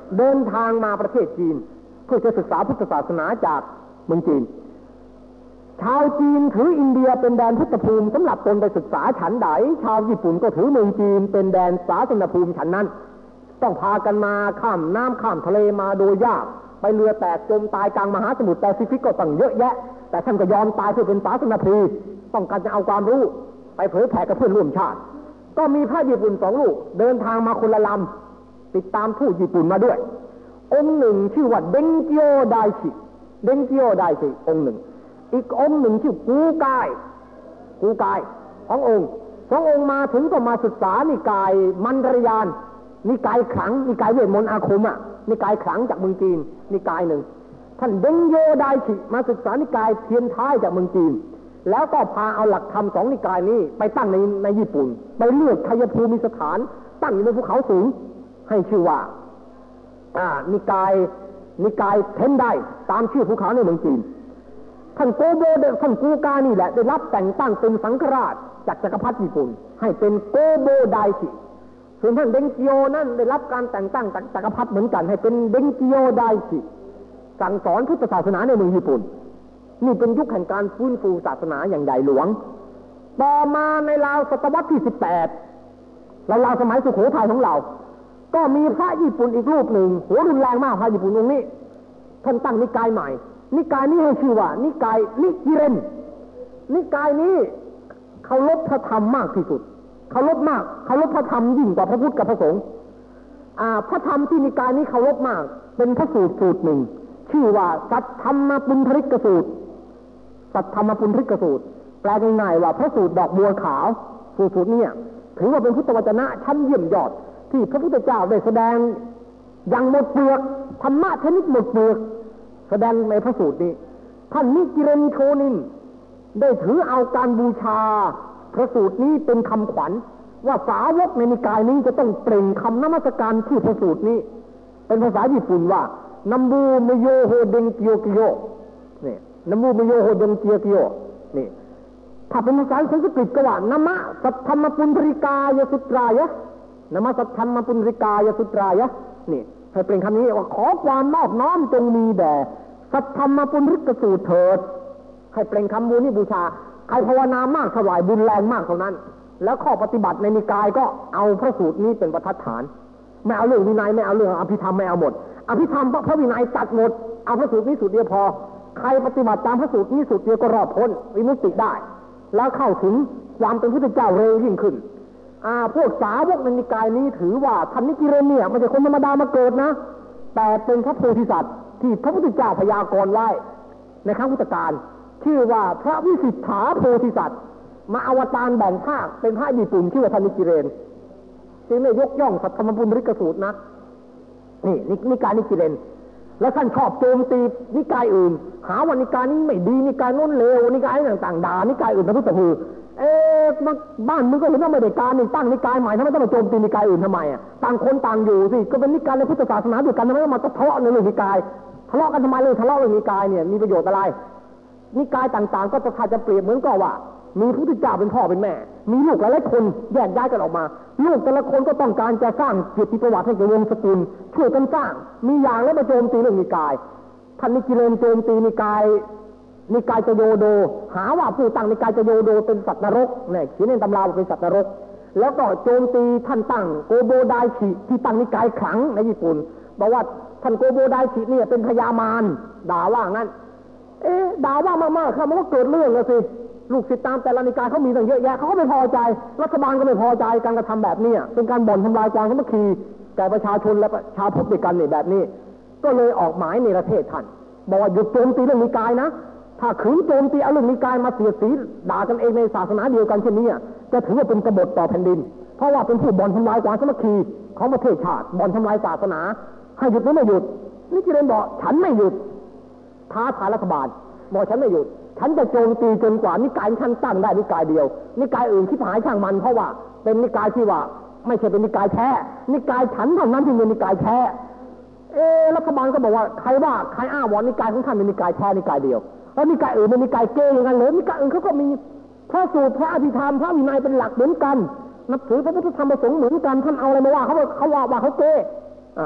เดินทางมาประเทศจีนเพื่อจะศึกษาพุทธศาสนาจากเมืองจีนชาวจีนถืออินเดียเป็นแดนพุทธภูมิสำหรับตนไปศึกษาฉันใดชาวญี่ปุ่นก็ถือเมืองจีนเป็นแดนศาสนภูมิฉันนั้นต้องพากันมาข้ามน้ำข้ามทะเลมาโดยยากไปเรือแตกจมตายกลางมหาสมุทรแปซิฟิกก็ตั้งเยอะแยะแต่ท่านก็ยอมตายเพื่อเป็นศาสนภูมิต้องการจะเอาความรู้ไปเผยแผ่กับเพื่อนร่วมชาติก็มีพระญี่ปุ่นสองลูกเดินทางมาคนละลำติดตามทูตญี่ปุ่นมาด้วยองค์หนึ่งชื่อว่าเดงเกียวไดชิเดงเกียวไดชิองค์หนึ่งอีกองค์หนึ่งชื่อกูกายกูกายสององค์สององค์มาถึงก็มาศึกษานิกายมันดรยานนิกายขลังนิกายเวทมนต์อาคมอ่ะนิกายขลังจากเมืองจีนนิกายหนึ่งท่านเดงโยไดชิมาศึกษานิกายเทียนท้ายจากเมืองจีนแล้วก็พาเอาหลักธรรมสองนิกายนี้ไปตั้งในในญี่ปุ่นไปเลือกชัยภูมิสถานตั้งอยู่ในภูเขาสูงให้ชื่อว่าอ่านิกายนิกายเทนไดตามชื่อภูเขาในเมืองจีนท่านโกโบท่านกูกานี่แหละได้รับแต่งตั้งเป็นสังฆราชจากจักรพรรดิญี่ปุ่นให้เป็นโกโบไดชิส่วนท่านเดงเกียวนั่นได้รับการแต่งตั้งจากจักรพรรดิเหมือนกันให้เป็นเดงเกียวไดชิสั่งสอนพุทธศาสนาในเมืองญี่ปุ่นนี่เป็นยุคแห่งการฟื้นฟูศาสนาอย่างใหญ่หลวงต่อมาในราวศตวรรษที่สิบแปดราวๆสมัยสุโขทัยของเราก็มีพระญี่ปุ่นอีกรูปหนึ่งหัวรุนแรงมากพระญี่ปุ่นองค์นี้ท่านตั้งนิกายใหม่นิกายนี้ให้ชื่อว่านิกายนิกิเรนนิกายนี้เคารพพระธรรมมากที่สุดเคารพมากเคารพพระธรรมยิ่งกว่าพระพุทธกับพระสงฆ์อ่าพระธรรมที่นิกายนี้เคารพมากเป็นพระสูตรสูตรหนึ่งชื่อว่าสัทธรรมปุณธริกสูตรสัทธรรมปุณธริกสูตรแปลง่ายๆว่าพระสูตรดอกบัวขาวสูตรสูตรนี้ถือว่าเป็นพุทธวจนะชั้นเยี่ยมยอดที่พระพุทธเจ้าได้แสดงอย่างหมดเปลือกธรรมะชนิดหมดเปลือกแสดงในพระสูตรนี้ท่านนิกิเรนโชนินได้ถือเอาการบูชาพระสูตรนี้เป็นคำขวัญว่าสาวกในนิกายนี้จะต้องเปล่งคำนมัสการที่พระสูตรนี้เป็นภาษาญี่ปุ่นว่านัมบูเมโยโฮเดงเกียวกิโยนี่นัมบูเมโยโฮเดงเกียวกิโยนี่ถ้าเป็นภาษาสันสกฤตก็ว่านมะสัทธรรมปุณธริกายสุตรายะนมะสัทธรรมปุณธริกายสุตรายะนี่ให้เป็นคำนี้ว่าขอความนอบน้อมจงมีแด่สัทธรรมปุณธริกสูตรเถิดให้เป็นคำบูนี้บูชาใครภาวนามากถวายบุญแรงมากเท่านั้นแล้วข้อปฏิบัติในนิกายก็เอาพระสูตรนี้เป็นประทัดฐานไม่เอาเรื่องวินัยไม่เอาเรื่องอภิธรรมไม่เอาหมดอภิธรรมพระวินัยตัดหมดเอาพระสูตรนี้สูตรเดียวพอใครปฏิบัติตามพระสูตรนี้สูตรเดียวก็รอดพ้นวิมุตติได้แล้วเข้าถึงความเป็นพุทธเจ้าเร็วยิ่งขึ้นอ่าพวกสาวกในนิกายนี้ถือว่าท่านนิกิเรนเนี่ยไม่ใช่คนธรรมดามาเกิดนะแต่เป็นพระโพธิสัตว์ที่พระพุทธเจ้าพยากรณ์ไว้ในครั้งพุทธกาลชื่อว่าพระวิสิทธาโพธิสัตว์มาอวตารแบ่งภาคเป็นพระญี่ปุ่นชื่อว่าท่านนิกิเรนจึงได้ยกย่องสัทธรรมปุณธริกสูตรนะนี่นิกายนิกิเรนแล้วท่านชอบโจมตีนิกายอื่นหาว่านิกายนี้ไม่ดีนิกายโน้นเลวนิกายต่างๆด่านิกายอื่นทะพุทธภูเอ๊ะบ้านมึงก็เห็นว่าไม่ได้การนี่ตั้งนิกายใหม่ทำไมต้องมาโจมตีนิกายอื่นทำไมอ่ะต่างคนต่างอยู่สิก็เป็นนิกายในพุทธศาสนาด้วยกันทำไมต้องมาทะเลาะในเรื่องนิกายทะเลาะกันทำไมเลยทะเลาะเรื่องนิกายเนี่ยมีประโยชน์อะไรนิกายต่างๆก็จะถ้าจะเปรียบเหมือนก็ว่ามีพระพุทธเจ้าเป็นพ่อเป็นแม่มีลูกหลายๆคนแยกย้ายกันออกมาลูกแต่ละคนก็ต้องการจะสร้างเกียรติประวัติให้แก่วงศ์สกุลช่วยกันสร้างมีอย่างแล้วมาโจมตีเรื่องนิกายท่านนิกิเรนโจมตีนิกายนิกายจโยโดหาว่าผู้ตั้งนิกายจโยโดเป็นสัตว์นรกเนี่ยเขียนในตำราว่าเป็นสัตว์นรกแล้วก็โจมตีท่านตั้งโกโบไดชิที่ตั้งนิกายขลังในญี่ปุ่นบอกว่าท่านโกโบไดชิเนี่ยเป็นพญามารด่าว่างั้นเอ๊ะด่าว่ามากๆครับมันก็เกิดเรื่องแล้วสิลูกศิษย์ตามแต่ละนิกายเขามีตั้งเยอะแยะเขาก็ไม่พอใจรัฐบาลก็ไม่พอใจการกระทำแบบนี้เป็นการบ่อนทำลายความสามัคคีแก่ประชาชนและชาวพุทธด้วยกันนี่แบบนี้ก็เลยออกหมายในประเทศท่านบอกว่าหยุดโจมตีเรื่องนิกายนะถ้าขืนโจมตีเอาเรื่องนิกายมาเสียดสีด่ากันเองในศาสนาเดียวกันเช่นนี้จะถือว่าเป็นกบฏต่อแผ่นดินเพราะว่าเป็นผู้บ่อนทำลายความสามัคคีของประเทศชาติบ่อนทำลายศาสนาให้หยุดหรือไม่หยุดนิกิเรนบอกฉันไม่หยุดท้าทายรัฐบาลบอกฉันไม่หยุดฉันจะโจมตีจนกว่านิกายฉันตั้งได้นิกายเดียวนิกายอื่นที่หายช่างมันเพราะว่าเป็นนิกายที่ว่าไม่ใช่เป็นนิกายแท้นิกายฉันเท่านั้นที่เป็นนิกายแท้เออรัฐบาลก็บอกว่าใครว่าใครอ้างว่านิกายของท่านเป็นนิกายแท้นิกายเดียวแล้วนิกายอื่นเป็นนิกายเก้อย่างนั้นเลยนิกายอื่นเขาก็มีพระสูตรพระอภิธรรมพระวินัยเป็นหลักเหมือนกันนับถือพระพุทธธรรมประสงค์เหมือนกันท่านเอาอะไรมาว่าเขาเขาว่าว่าเขาเก้อ่า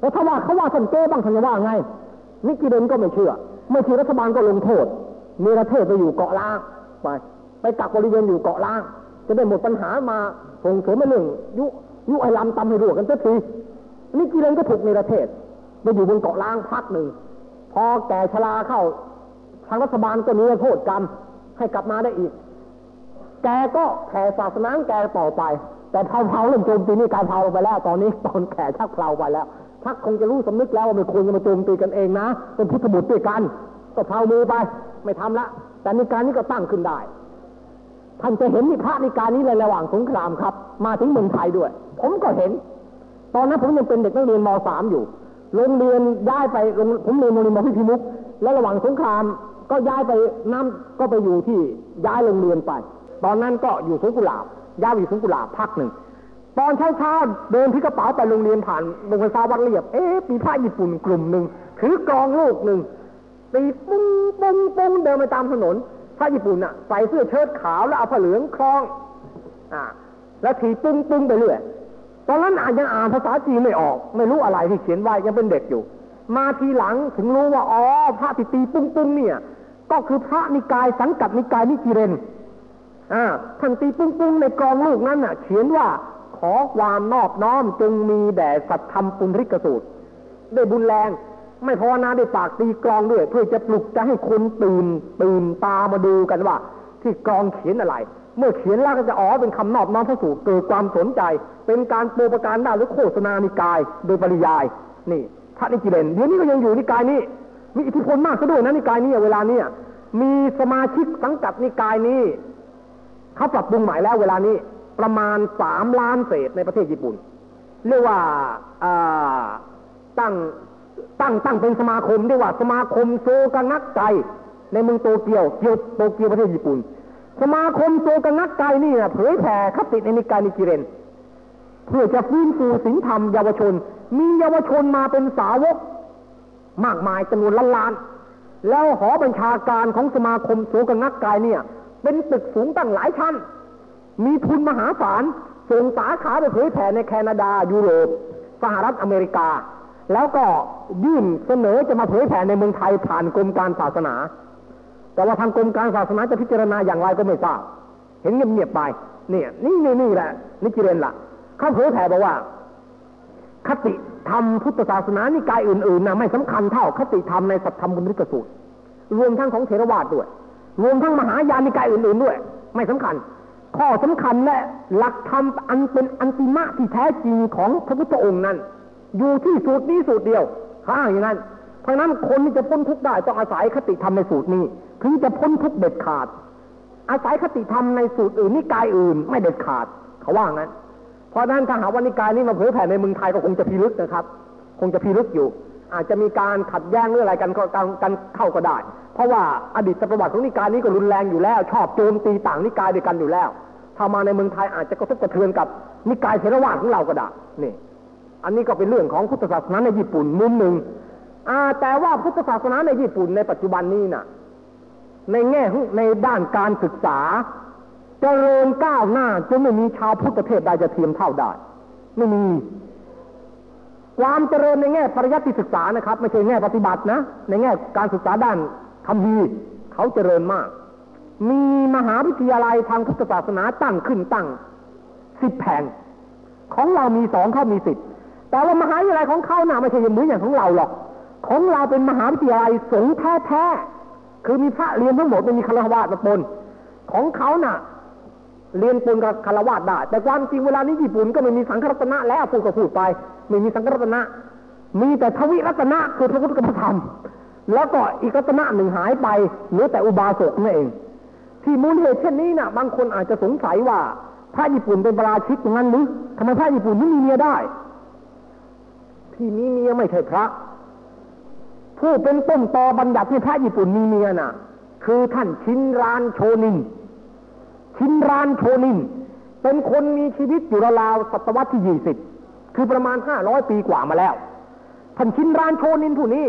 แล้วถ้าว่าเขาว่าท่านเก้บ้างท่านจะว่าไงนิกิเรนก็ไม่เชื่อไม่เชื่อรัฐบาลก็ลงโทษเนรเทศไปอยู่เกาะล้างไปไปกักบริเวณอยู่เกาะล้างจะได้หมดปัญหามาส่งเสริมมาเรื่องยุยุไอลำตำให้รั่วกันสักทีนิกิเรนก็ถูกเนรเทศไปอยู่บนเกาะล้างพักหนึ่งพอแก่ชราเข้าทางรัฐบาลก็นิรโทษกรรมให้กลับมาได้อีกแกก็แผ่ศาสนาแกต่อไปแต่เผาๆเริ่มโจมตีนี่การเผาไปแล้วตอนนี้ตอนแก่ชักเผาไปแล้วชักคงจะรู้สำนึกแล้วว่าไม่ควรจะมาโจมตีกันเองนะเป็นพุทธบุตรด้วยกันก็เผามือไปไม่ทำละแต่นิกายนี้ก็ตั้งขึ้นได้ท่านจะเห็นนิพระนิกายนี้ในระหว่างสงครามครับมาถึงเมืองไทยด้วยผมก็เห็นตอนนั้นผมยังเป็นเด็กนักเรียนม สาม อยู่โรงเรียนย้ายไปผมเรียนโรงเรียนมพิพิมุกและระหว่างสงครามก็ย้ายไปน้ำก็ไปอยู่ที่ย้ายโรงเรียนไปตอนนั้นก็อยู่สวนกุหลาบย้ายไปอยู่สวนกุหลาบพักหนึ่งตอนเช้าๆเดินที่กระเป๋าไปโรงเรียนผ่านโรงไฟฟ้าวัดเรียบเอ๊ะมีพระญี่ปุ่นกลุ่มหนึ่งถือกลองลูกหนึ่งตีปุ้งปุ้งปุ้งเดินไปตามถนนพระญี่ปุ่นน่ะใส่เสื้อเชิ้ตขาวแล้วเอาผ้าเหลืองคล้องอ่าแล้วถีปุ้งปุ้งไปเรื่อยตอนนั้นอ่านยังอ่านภาษาจีนไม่ออกไม่รู้อะไรที่เขียนไว้ยังเป็นเด็กอยู่มาทีหลังถึงรู้ว่าอ๋อพระที่ตีปุ้งปุ้งเนี่ยก็คือพระนิกายสังกัดนิกายนิกิเรนอ่าท่านตีปุ้งปุ้งในกลองลูกนั้นน่ะเขียนว่าขอความนอบน้อมจงมีแด่สัตธรรมปุณริกสูตรได้บุญแรงไม่ภาวนาได้ปากตีกลองด้วยเพื่อจะปลุกจะให้คนตื่นตื่นตามาดูกันว่าที่กลองเขียนอะไรเมื่อเขียนแล้วก็จะอ๋อเป็นคำนอบน้อมพระสูตรเกิดความสนใจเป็นการโปรประการได้หรือโฆษณานิกายโดยปริยายนี่พระนิกิเรนเดี๋ยวนี้ก็ยังอยู่นิกายนี้มีอิทธิพลมากซะด้วยนะนิกายนี้เวลานี้มีสมาชิกสังกัดนิกายนี้เขาปรับปรุงใหม่แล้วเวลานี้ประมาณสามล้านเศษในประเทศญี่ปุ่นเรียกว่าตั้งตั้งตั้งเป็นสมาคมเรียกว่าสมาคมโซกานักไกในเมืองโตเกียวเกียวโตเกียวประเทศญี่ปุ่นสมาคมโซกานักไกนี่เผยแผ่คติในนิกายนิกิเรนเพื่อจะฟื้นฟูศีลธรรมเยาวชนมีเยาวชนมาเป็นสาวกมากมายจำนวนล้านๆแล้วหอบัญชาการของสมาคมโซกานักไกเนี่ยเป็นตึกสูงตั้งหลายชั้นมีทุนมหาศาลส่งสาขาไปเผยแผ่ในแคนาดายุโรปสหรัฐอเมริกาแล้วก็ยื่นเสนอจะมาเผยแผ่ในเมืองไทยผ่านกรมการศาสนาแต่ว่าทางกรมการศาสนาจะพิจารณาอย่างไรก็ไม่ทราบเห็นเงียบๆไปเนี่ยนี่นี่นี่แหละนิกิเรนล่ะเขาเผยแผ่บอกว่าคติธรรมพุทธศาสนานิกายอื่นๆนะไม่สำคัญเท่าคติธรรมในสัทธรรมบุญริกสูตรรวมทั้งของเถรวาทด้วยรวมทั้งมหายานนิกายอื่นๆด้วยไม่สำคัญข้อสำคัญและหลักธรรมอันเป็นอันติมะที่แท้จริงของพระพุทธองค์นั้นอยู่ที่สูตรนี้สูตรเดียวข้าอย่างนั้นเพราะนั้นคนที่จะพ้นทุกข์ได้ต้องอาศัยคติธรรมในสูตรนี้ถึงจะพ้นทุกข์เด็ดขาดอาศัยคติธรรมในสูตรอื่นนิกายอื่นไม่เด็ดขาดเขาว่างั้นเพราะนั้นถ้าหากว่านิกายนี้มาเผยแผ่ในเมืองไทยก็คงจะพิลึกนะครับคงจะพิลึกอยู่อาจจะมีการขัดแย้งเรื่องอะไรกันก็กันเข้าก็ได้เพราะว่าอดีตประวัติของนิกายนี้ก็รุนแรงอยู่แล้วชอบโจมตีต่างนิกายด้วยกันอยู่แล้วถ้ามาในเมืองไทยอาจจะกระทบกระเทือนกับนิกายเถรวาทของเราก็ได้นี่อันนี้ก็เป็นเรื่องของพุทธศาสนาในญี่ปุ่นมุมหนึ่งแต่ว่าพุทธศาสนาในญี่ปุ่นในปัจจุบันนี้น่ะในแง่ในด้านการศึกษาเจริญก้าวหน้าจนไม่มีชาวพุทธประเทศใดจะเทียมเท่าได้ไม่มีความเจริญในแง่ปริยัติศึกษานะครับไม่ใช่แง่ปฏิบัตินะในแง่การศึกษาด้านคัมภีร์เขาเจริญมากมีมหาวิทยาลัยทางพุทธศาสนาตั้งขึ้นตั้งสิบแห่งของเรามีสองเขามีสิบแต่ว่ามหาวิทยาลัยของเขาน่ะไม่ใช่เหมือนอย่างของเราหรอกของเราเป็นมหาวิทยาลัยสงฆ์แท้ๆคือมีพระเรียนทั้งหมดไม่มีฆราวาสมาปนของเขาน่ะเรียนปนกับฆราวาสได้แต่ความจริงเวลานี้ญี่ปุ่นก็ไม่มีสังฆรัตนะแล้วพูดก็พูดไปไม่มีสังฆรัตนะมีแต่ทวิรัตนะคือพระพุทธธรรมแล้วก็อีกรัตนะหนึ่งหายไปเหลือแต่อุบาสกนั่นเองที่มูลเหตุเช่นนี้น่ะบางคนอาจจะสงสัยว่าพระญี่ปุ่นเป็นปราชิกอย่างนั้นหรือทำไมพระญี่ปุ่นไม่มีเมียได้ที่มีเมียไม่ใช่พระผู้เป็นต้นตอบัญญัติให้พระญี่ปุ่นมีเมียน่ะคือท่านชินรานโชนินชินรานโชนินเป็นคนมีชีวิตอยู่ราวๆศตวรรษที่ยี่สิบคือประมาณห้าร้อยปีกว่ามาแล้วท่านชินรานโชนินผู้นี้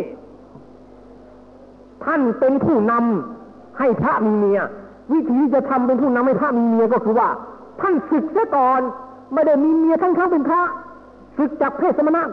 ท่านเป็นผู้นำให้พระมีเมียวิธีจะทำเป็นผู้นำให้พระมีเมียก็คือว่าท่านศึกซะก่อนไม่ได้มีเมียทั้งทั้งเป็นพระศึกจากเพศสมณะก่อน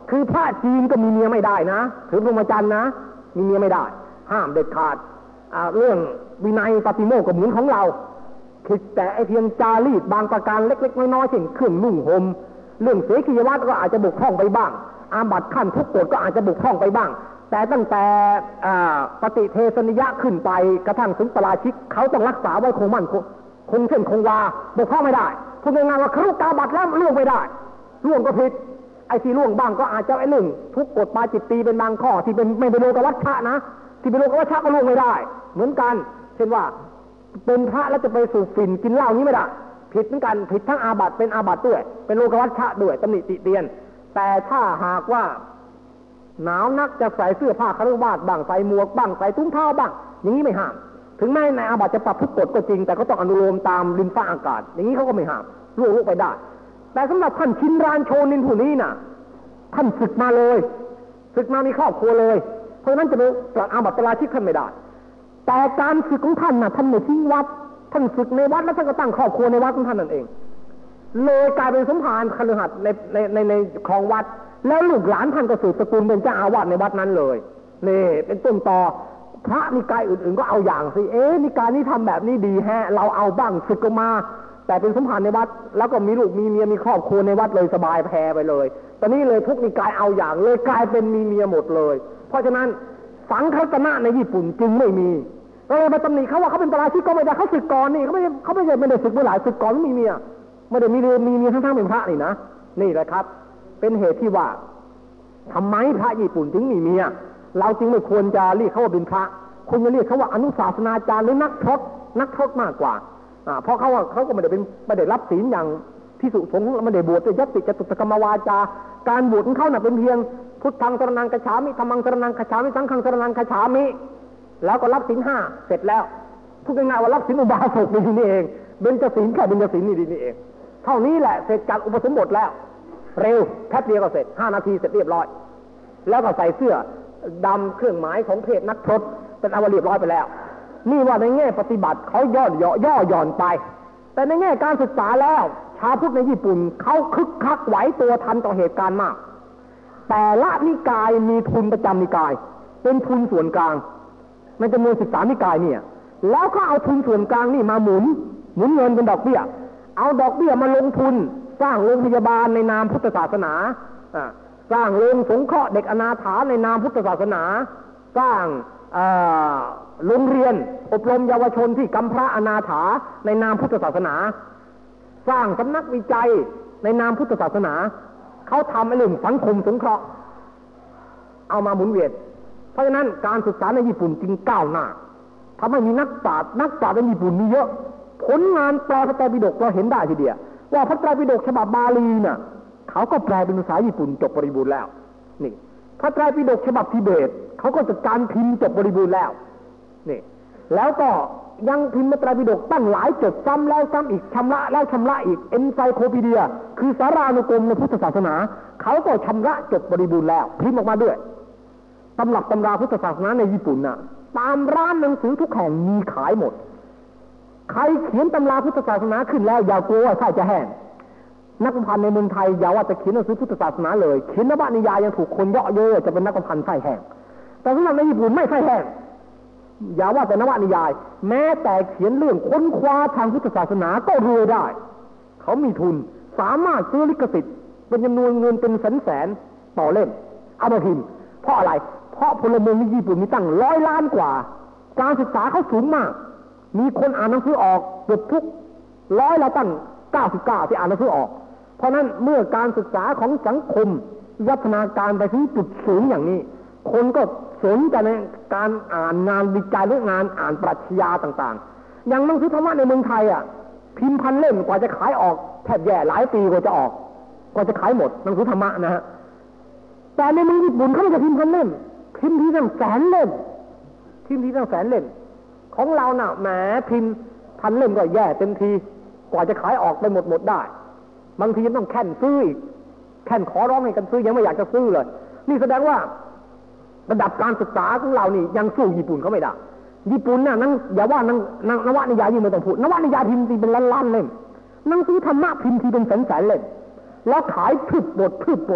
คือพระจีนก็มีเมียไม่ได้นะถือพรหมจรรย์นะมีเมียไม่ได้ห้ามเด็ดขาดเรื่องวินัยปฏิโมกข์กับเหมือนของเราคิดแต่ไอเพียงจารีตบางประการเล็กๆน้อยๆเช่นเครื่องนุ่งห่มเรื่องเสขียวัตรก็อาจจะบกพร่องไปบ้างอาบัติขั้นทุกกฎก็อาจจะบกพร่องไปบ้างแต่ตั้งแต่ปฏิเทศนิยะขึ้นไปกระทั่งถึงปราชิกเขาต้องรักษาไว้คงมั่นคงคงเช่นคงวาบกพร่องไม่ได้พูดง่ายๆว่าครุกาบัติแล้วล่วงไม่ได้ล่วงก็ผิดไอ้ที่ล่วงบ้างก็อาจจะไอ้หนึ่งทุกกฎปาจิตตีเป็นบางข้อที่เป็นไม่เป็นโลกวัชชะนะที่เป็นโลกวัชชะก็ล่วงไม่ได้เหมือนกันเช่นว่าเป็นพระแล้วจะไปสูบฝิ่นกินเหล้านี้ไม่ได้ผิดเหมือนกันผิดทั้งอาบัติเป็นอาบัติด้วยเป็นโลกวัชชะด้วยตำหนิติเตียนแต่ถ้าหากว่าหนาวนักจะใส่เสื้อผ้าคฤหัสถ์บ้างใส่หมวกบ้างใส่ถุงเท้าบ้างอย่างนี้ไม่ห้ามถึงแม้ในอาบัติจะปรับทุกกฎก็จริงแต่ก็ต้องอนุโลมตามริมฟ้าอากาศอย่างนี้เขาก็ไม่ห้ามล่วงลุกไปได้แต่สำหรับท่านชินรานโชนินผู้นี้น่ะท่านศึกมาเลยศึกมามีครอบครัวเลยเพราะฉะนั้นจะไปปรับอาบัติปราชิกท่านไม่ได้แต่การศึกของท่านน่ะท่านไม่ทิ้งวัดท่านศึกในวัดแล้วท่านก็ตั้งครอบครัวในวัดของท่านนั่นเองเลยกลายเป็นสมภารคฤหัสถ์ในในในในคลองวัดแล้วลูกหลานท่านก็สืบสกุลเป็นเจ้าอาวาสในวัดนั้นเลยนี่เป็นต้นต่อพระนิกายอื่นๆก็เอาอย่างสิเอ๊ะนิกายนี้ทำแบบนี้ดีแฮะเราเอาบ้างศึกก็มาแต่เป็นสมภารในวัดแล้วก็มีลูกมีเมียมีครอบครัวในวัดเลยสบายแพรไปเลยตอนนี้เลยทุกนิกายเอาอย่างเลยกลายเป็นมีเมียหมดเลยเพราะฉะนั้นสังฆตนะในญี่ปุ่นจึงไม่มีเราไปตำหนิเขาว่าเขาเป็นปราชิกก็ไม่ได้เขาศึกก่อนนี่เขาไม่เขาไม่ได้ไม่ได้ศึกเมื่อหลายศึกก่อนมีเมียไม่ได้มีเมียมีเมียทั้งๆเป็นพระนี่นะนี่แหละครับเป็นเหตุที่ว่าทำไมพระญี่ปุ่นถึงมีเมียเราจึงไม่ควรจะเรียกเขาว่าเป็นพระควรจะเรียกเขาว่าอนุศาสนาจารย์หรือนักพรตนักพรตมากกว่าอ่าเพราะเขาว่าเขาก็ไม่ได้เป็นไม่ได้รับศีลอย่างที่สุสงฆ์ไม่ได้บวชด้วยยัตติจตุตกรรมวาจาการบวชของเขาน่ะเป็นเพียงพุทธังสรณังคัจฉามิธัมมังสรณังคัจฉามิสังฆังสรณังคัจฉามิแล้วก็รับศีลห้าเสร็จแล้วพูดง่ายๆว่ารับศีลอุบาสกนี่เองเบญจศีลแค่เบญจศีลนี่นี่เองเท่านี้แหละเสร็จจากอุปสมบทแล้วเร็วแป๊บเดียวก็เสร็จห้านาทีเสร็จเรียบร้อยแล้วก็ใส่เสื้อดำเครื่องหมายของเพศนักพรตเป็นอวเรียบร้อยไปแล้วนี่ว่าในแง่ปฏิบัติเขาย่อหย่อย่อหย่อนไปแต่ในแง่การศึกษาแล้วชาวพุทธในญี่ปุ่นเขาคึกคักไหวตัวทันต่อเหตุการณ์มากแต่ละนิกายมีทุนประจำนิกายเป็นทุนส่วนกลางในจำนวนสิบสามนิกายเนี่ยแล้วก็เอาทุนส่วนกลางนี่มาหมุนหมุนเงินเป็นดอกเบี้ยเอาดอกเบี้ยมาลงทุนสร้างโรงพยาบาลในนามพุทธศาสนาสร้างโรงสงเคราะห์เด็กอนาถาในนามพุทธศาสนาสร้างโรงเรียนอบรมเยาวชนที่กำพร้าอนาถาในนามพุทธศาสนาสร้างสำนักวิจัยในนามพุทธศาสนาเขาทำเรื่องสังคมสงเคราะห์เอามาหมุนเวียนเพราะฉะนั้นการศึกษาในญี่ปุ่นจึงก้าวหน้าทำให้มีนักปราชญ์นักปราชญ์ในญี่ปุ่นมีเยอะผลงานแปลพระไตรปิฎกเราเห็นได้ทีเดียวว่าพระไตรปิฎกฉบับบาลีน่ะเขาก็แปลเป็นภาษาญี่ปุ่นจบบริบูรณ์แล้วนี่พระไตรปิฎกฉบับทิเบตเขาก็จัดการพิมพ์จบบริบูรณ์แล้วนี่แล้วก็ยังพิมพ์พระไตรปิฎกตั้งหลายจดซ้ำแล้วซ้ำอีกชำระแล้วชำระอีกเอ็นไซโคปีเดียคือสารานุกรมในพุทธศาสนาเขาก็ชำระจบบริบูรณ์แล้วพิมพ์ออกมาด้วยตำรับตำราพุทธศาสนาในญี่ปุ่นน่ะตามร้านหนังสือทุกแห่งมีขายหมดใครเขียนตำราพุทธศาสนาขึ้นแล้วอย่ากลัวว่าไส้จะแห้งนักประพันธ์ในเมืองไทยอย่าว่าจะเขียนหนังสือพุทธศาสนาเลยเขียนนวนิยายยังถูกคนเยาะเย้ยจะเป็นนักประพันธ์ไส้แห้งแต่สำหรับในญี่ปุ่นไม่ไส้แห้งอย่าว่าแต่นวนิยายแม้แต่เขียนเรื่องค้นคว้าทางพุทธศาสนาก็รวยได้เขามีทุนสามารถซื้อลิขสิทธิ์เป็นจำนวนเงินเป็นแสนแสนต่อเล่มเอามาพิมพ์เพราะอะไรเพราะพลเมืองในญี่ปุ่นมีตั้งร้อยล้านกว่าการศึกษาเขาสูงมากมีคนอ่านหนังสือออกเกือบทุกร้อยละตั้งเก้าสิบเก้าที่อ่านหนังสือออกเพราะนั้นเมื่อการศึกษาของสังคมพัฒนาการไปถึงจุดสูงอย่างนี้คนก็สนใจในการอ่านงานวิจัยหรืองานอ่านปรัชญาต่างๆอย่างหนังสือธรรมะในเมืองไทยอ่ะพิมพ์พันเล่มกว่าจะขายออกแทบแย่หลายปีกว่าจะออกกว่าจะขายหมดหนังสือธรรมะนะฮะแต่ในเมืองญี่ปุ่นเขาจะพิมพ์พันเล่มพิมพ์ทีตั้งแสนเล่มพิมพ์ทีตั้งแสนเล่มของเราน่ะแหมพิมพ์พันเล่มก็แย่เต็มทีกว่าจะขายออกไปหมดหมดได้บางทีต้องแข่นซื้ออีกแข่นขอร้องให้กันซื้อยังไม่อยากจะซื้อเลยนี่แสดงว่าระดับการศึกษาของเรานี่ยังสู้ญี่ปุ่นเขาไม่ได้ญี่ปุ่นน่ะนั่งอย่าว่านั่งนวนิยายยิ่งไม่ต้องพูดนวนิยายพิมพ์ทีเป็นล้านๆเล่มหนังสือธรรมะพิมพ์ทีเป็นแสนๆเล่มแล้วขายพืชบทพืชบท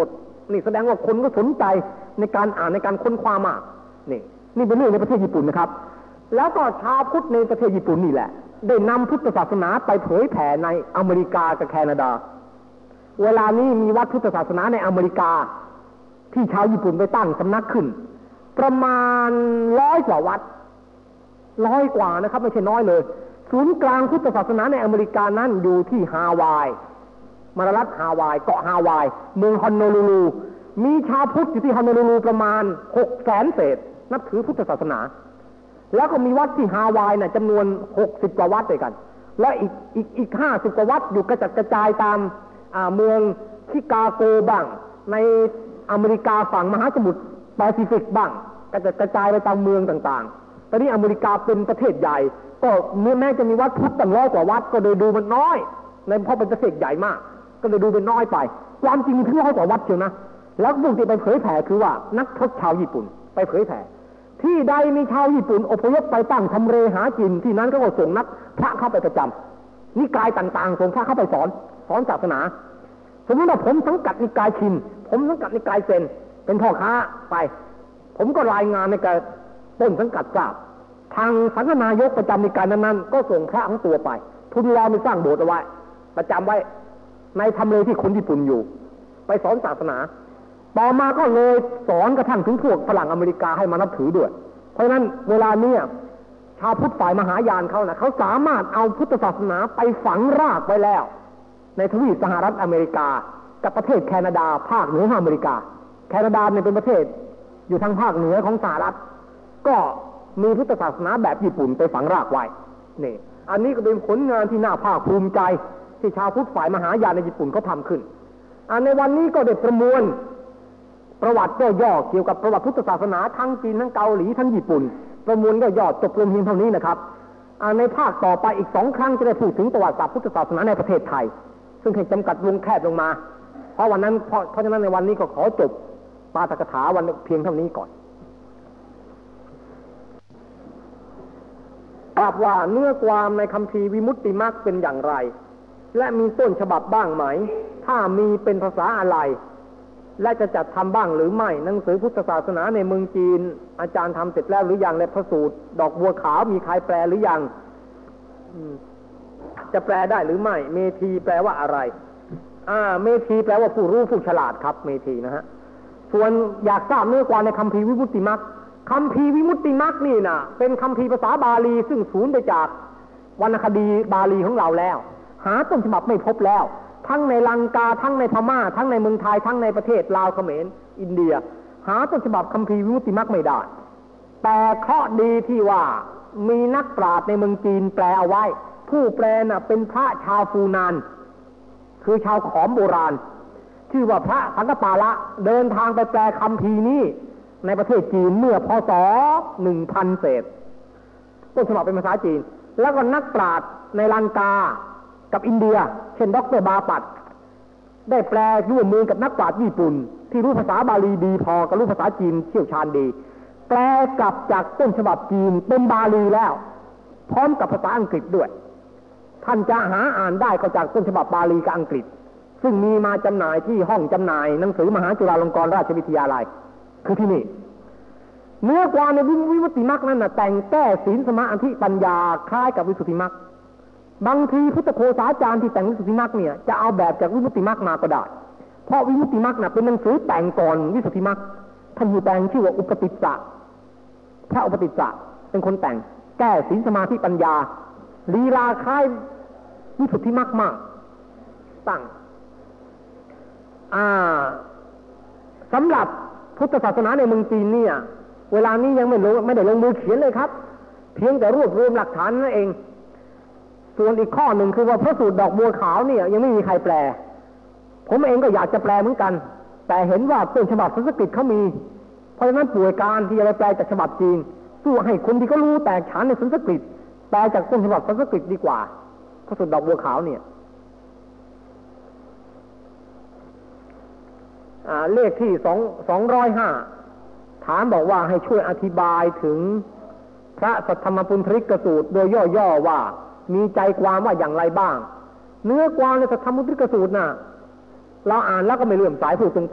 นี่แสดงว่าคนก็สนใจในการอ่านในการค้นคว้ามากนี่นี่เป็นเรื่องในประเทศญี่ปุ่นนะครับแล้วก็ชาวพุทธในประเทศญี่ปุ่นนี่แหละได้นำพุทธศาสนาไปเผยแผ่ในอเมริกากับแคนาดาเวลานี้มีวัดพุทธศาสนาในอเมริกาที่ชาวญี่ปุ่นไปตั้งสำนักขึ้นประมาณร้อยกว่าวัดร้อยกว่านะครับไม่ใช่น้อยเลยศูนย์กลางพุทธศาสนาในอเมริกานั้นอยู่ที่ฮาวายมรรัฐฮาวายเกาะฮาวายเมืองฮอนโนลูลูมีชาวพุทธอยู่ที่ฮอนโนลูลูประมาณหกแสนเศษนับถือพุทธศาสนาแล้วก็มีวัดที่ฮาวายน่ะจำนวนหกสิบกว่าวัดด้วยกันและอีกอีกอีกห้าสิบกว่าวัดอยู่กระจัดกระจายตามเมืองชิคาโกบ้างในอเมริกาฝั่งมหาสมุทรแปซิฟิกบ้างกระจัดกระจายไปตามเมืองต่างๆตอนนี้อเมริกาเป็นประเทศใหญ่ก็แม้จะมีวัดพุทธตั้งร้อยกว่าวัดก็เลยดูมันน้อยในเพราะเป็นประเทศใหญ่มากก็เลยดูเป็นน้อยไปความจริงมีถึงร้อยกว่าวัดเชียวนะแล้วพวกที่ไปเผยแผ่คือว่านักพรตชาวญี่ปุ่นไปเผยแผ่ที่ใดมีชาวญี่ปุ่นอพยพไปตั้งทำเลหากินที่นั้นก็ส่งนักพระเข้าไปประจำนิกายต่างๆส่งพระเข้าไปสอนสอนศาสนาสมมติว่าผมสังกัดนิกายชินผมสังกัดนิกายเซนเป็นพ่อค้าไปผมก็รายงานในการต้นสังกัดทราบทางสังฆนายกประจำนิกายนั้นๆก็ส่งพระทั้งตัวไปทุนรอไปสร้างโบสถ์เอาไว้ประจำไว้ในทำเลที่คนญี่ปุ่นอยู่ไปสอนศาสนาต่อมาก็เลยสอนกระทั่งถึงพวกฝรั่งอเมริกาให้มานับถือด้วยเพราะฉะนั้นเวลาเนี้ยชาวพุทธฝ่ายมหายานเขานะเขาสามารถเอาพุทธศาสนาไปฝังรากไว้แล้วในทวีปสหรัฐอเมริกากับประเทศแคนาดาภาคเหนือของอเมริกาแคนาดาเนี่ยเป็นประเทศอยู่ทางภาคเหนือของสหรัฐก็มีพุทธศาสนาแบบญี่ปุ่นไปฝังรากไว้นี่อันนี้ก็เป็นผลงานที่น่าภาคภูมิใจที่ชาวพุทธฝ่ายมหายานในญี่ปุ่นเขาทำขึ้นอันในวันนี้ก็ได้ประมวลประวัติย่อๆเกี่ยวกับประวัติพุทธศาสนาทั้งจีนทั้งเกาหลีทั้งญี่ปุ่นประมวลย่อๆจบลงเพียงเท่านี้นะครับในภาคต่อไปอีกสองครั้งจะได้พูดถึงประวัติศาสตร์พุทธศาสนาในประเทศไทยซึ่งให้จำกัดวงแคบลงมาเพราะวันนั้นเพราะเพราะฉะนั้นในวันนี้ก็ขอจบปาฐกถาวันเพียงเท่านี้ก่อนทราบว่าเนื้อความในคัมภีร์วิมุตติมรรคเป็นอย่างไรและมีต้นฉบับบ้างไหมถ้ามีเป็นภาษาอะไรและจะจัดทำบ้างหรือไม่หนังสือพุทธศาสนาในเมืองจีนอาจารย์ทำเสร็จแล้วหรือยังและพระสูตรดอกบัวขาวมีใครแปลหรือยังจะแปลได้หรือไม่เมธีแปลว่าอะไรอ่าเมธีแปลว่าผู้รู้ผู้ฉลาดครับเมธีนะฮะส่วนอยากทราบเนื้อความในคัมภีร์วิมุตติมรรคคัมภีร์วิมุตติมรรคนี่นะเป็นคัมภีร์ภาษาบาลีซึ่งสูญไปจากวรรณคดีบาลีของเราแล้วหาต้นฉบับไม่พบแล้วทั้งในลังกาทั้งในพม่าทั้งในเมืองไทยทั้งในประเทศลาวเขมรอินเดียหาต้นฉบับคัมภีร์วิมุตติมรรคไม่ได้แต่เคราะห์ดีที่ว่ามีนักปราชญ์ในเมืองจีนแปลเอาไว้ผู้แปลน่ะเป็นพระชาวฟูนานคือชาวขอมโบราณชื่อว่าพระสังฆปาละเดินทางไปแปลคัมภีร์นี้ในประเทศจีนเมื่อพศหนึ่งพันเศษต้นฉบับเป็นภาษาจีนแล้วก็นักปราชญ์ในลังกากับอินเดียเช่นดร.บาปัตได้แปลร่วมมือกับนักปราชญ์ญี่ปุ่นที่รู้ภาษาบาลีดีพอกับรู้ภาษาจีนเชี่ยวชาญดีแปลกลับจากต้นฉบับจีนเป็นบาลีแล้วพร้อมกับภาษาอังกฤษด้วยท่านจะหาอ่านได้ก็จากต้นฉบับบาลีกับอังกฤษซึ่งมีมาจำหน่ายที่ห้องจำหน่ายหนังสือมหาจุฬาลงกรณราชวิทยาลัยคือที่นี่เนื้อความในวิมุตติมรรคนั้นนะแต่งแก้ศีลสมาธิปัญญาคล้ายกับวิสุทธิมรรคบางทีพุทธโฆษาจารย์ที่แต่งวิสุทธิมรรคเนี่ยจะเอาแบบจากวิมุตติมรรคมาก็ได้เพราะวิมุตติมรรคน่ะเป็นหนังสือแต่งก่อนวิสุทธิมรรคท่านผู้แต่งชื่อว่าอุปติสสะพระอุปติสสะเป็นคนแต่งแก้ศีลสมาธิปัญญาลีลาคล้ายวิสุทธิมรรคมากตั้งอ่าสำหรับพุทธศาสนาในเมืองจีนเนี่ยเวลานี้ยังไม่ลงไม่ได้ลงมือเขียนเลยครับเพียงแต่รวบรวมหลักฐานนั่นเองส่วนอีกข้อหนึ่งคือว่าพระสูตรดอกบัวขาวเนี่ยยังไม่มีใครแปลผมเองก็อยากจะแปลเหมือนกันแต่เห็นว่าต้นฉบับสันสกฤตเขามีเพราะฉะนั้นป่วยการที่จะไปแปลจากฉบับจีนสู้ให้คนที่เขารู้แตกฉานในสันสกฤตแปลจากต้นฉบับสันสกฤตดีกว่าพระสูตรดอกบัวขาวเนี่ยเลขที่สองสองร้อยห้าถามบอกว่าให้ช่วยอธิบายถึงพระสัทธรรมปุณธริกสูตรโดยย่อๆว่ามีใจความว่าอย่างไรบ้างเนื้อความในสัทธรรมปุณธริกสูตรน่ะเราอ่านแล้วก็ไม่เลื่อมสายพูดตรงๆ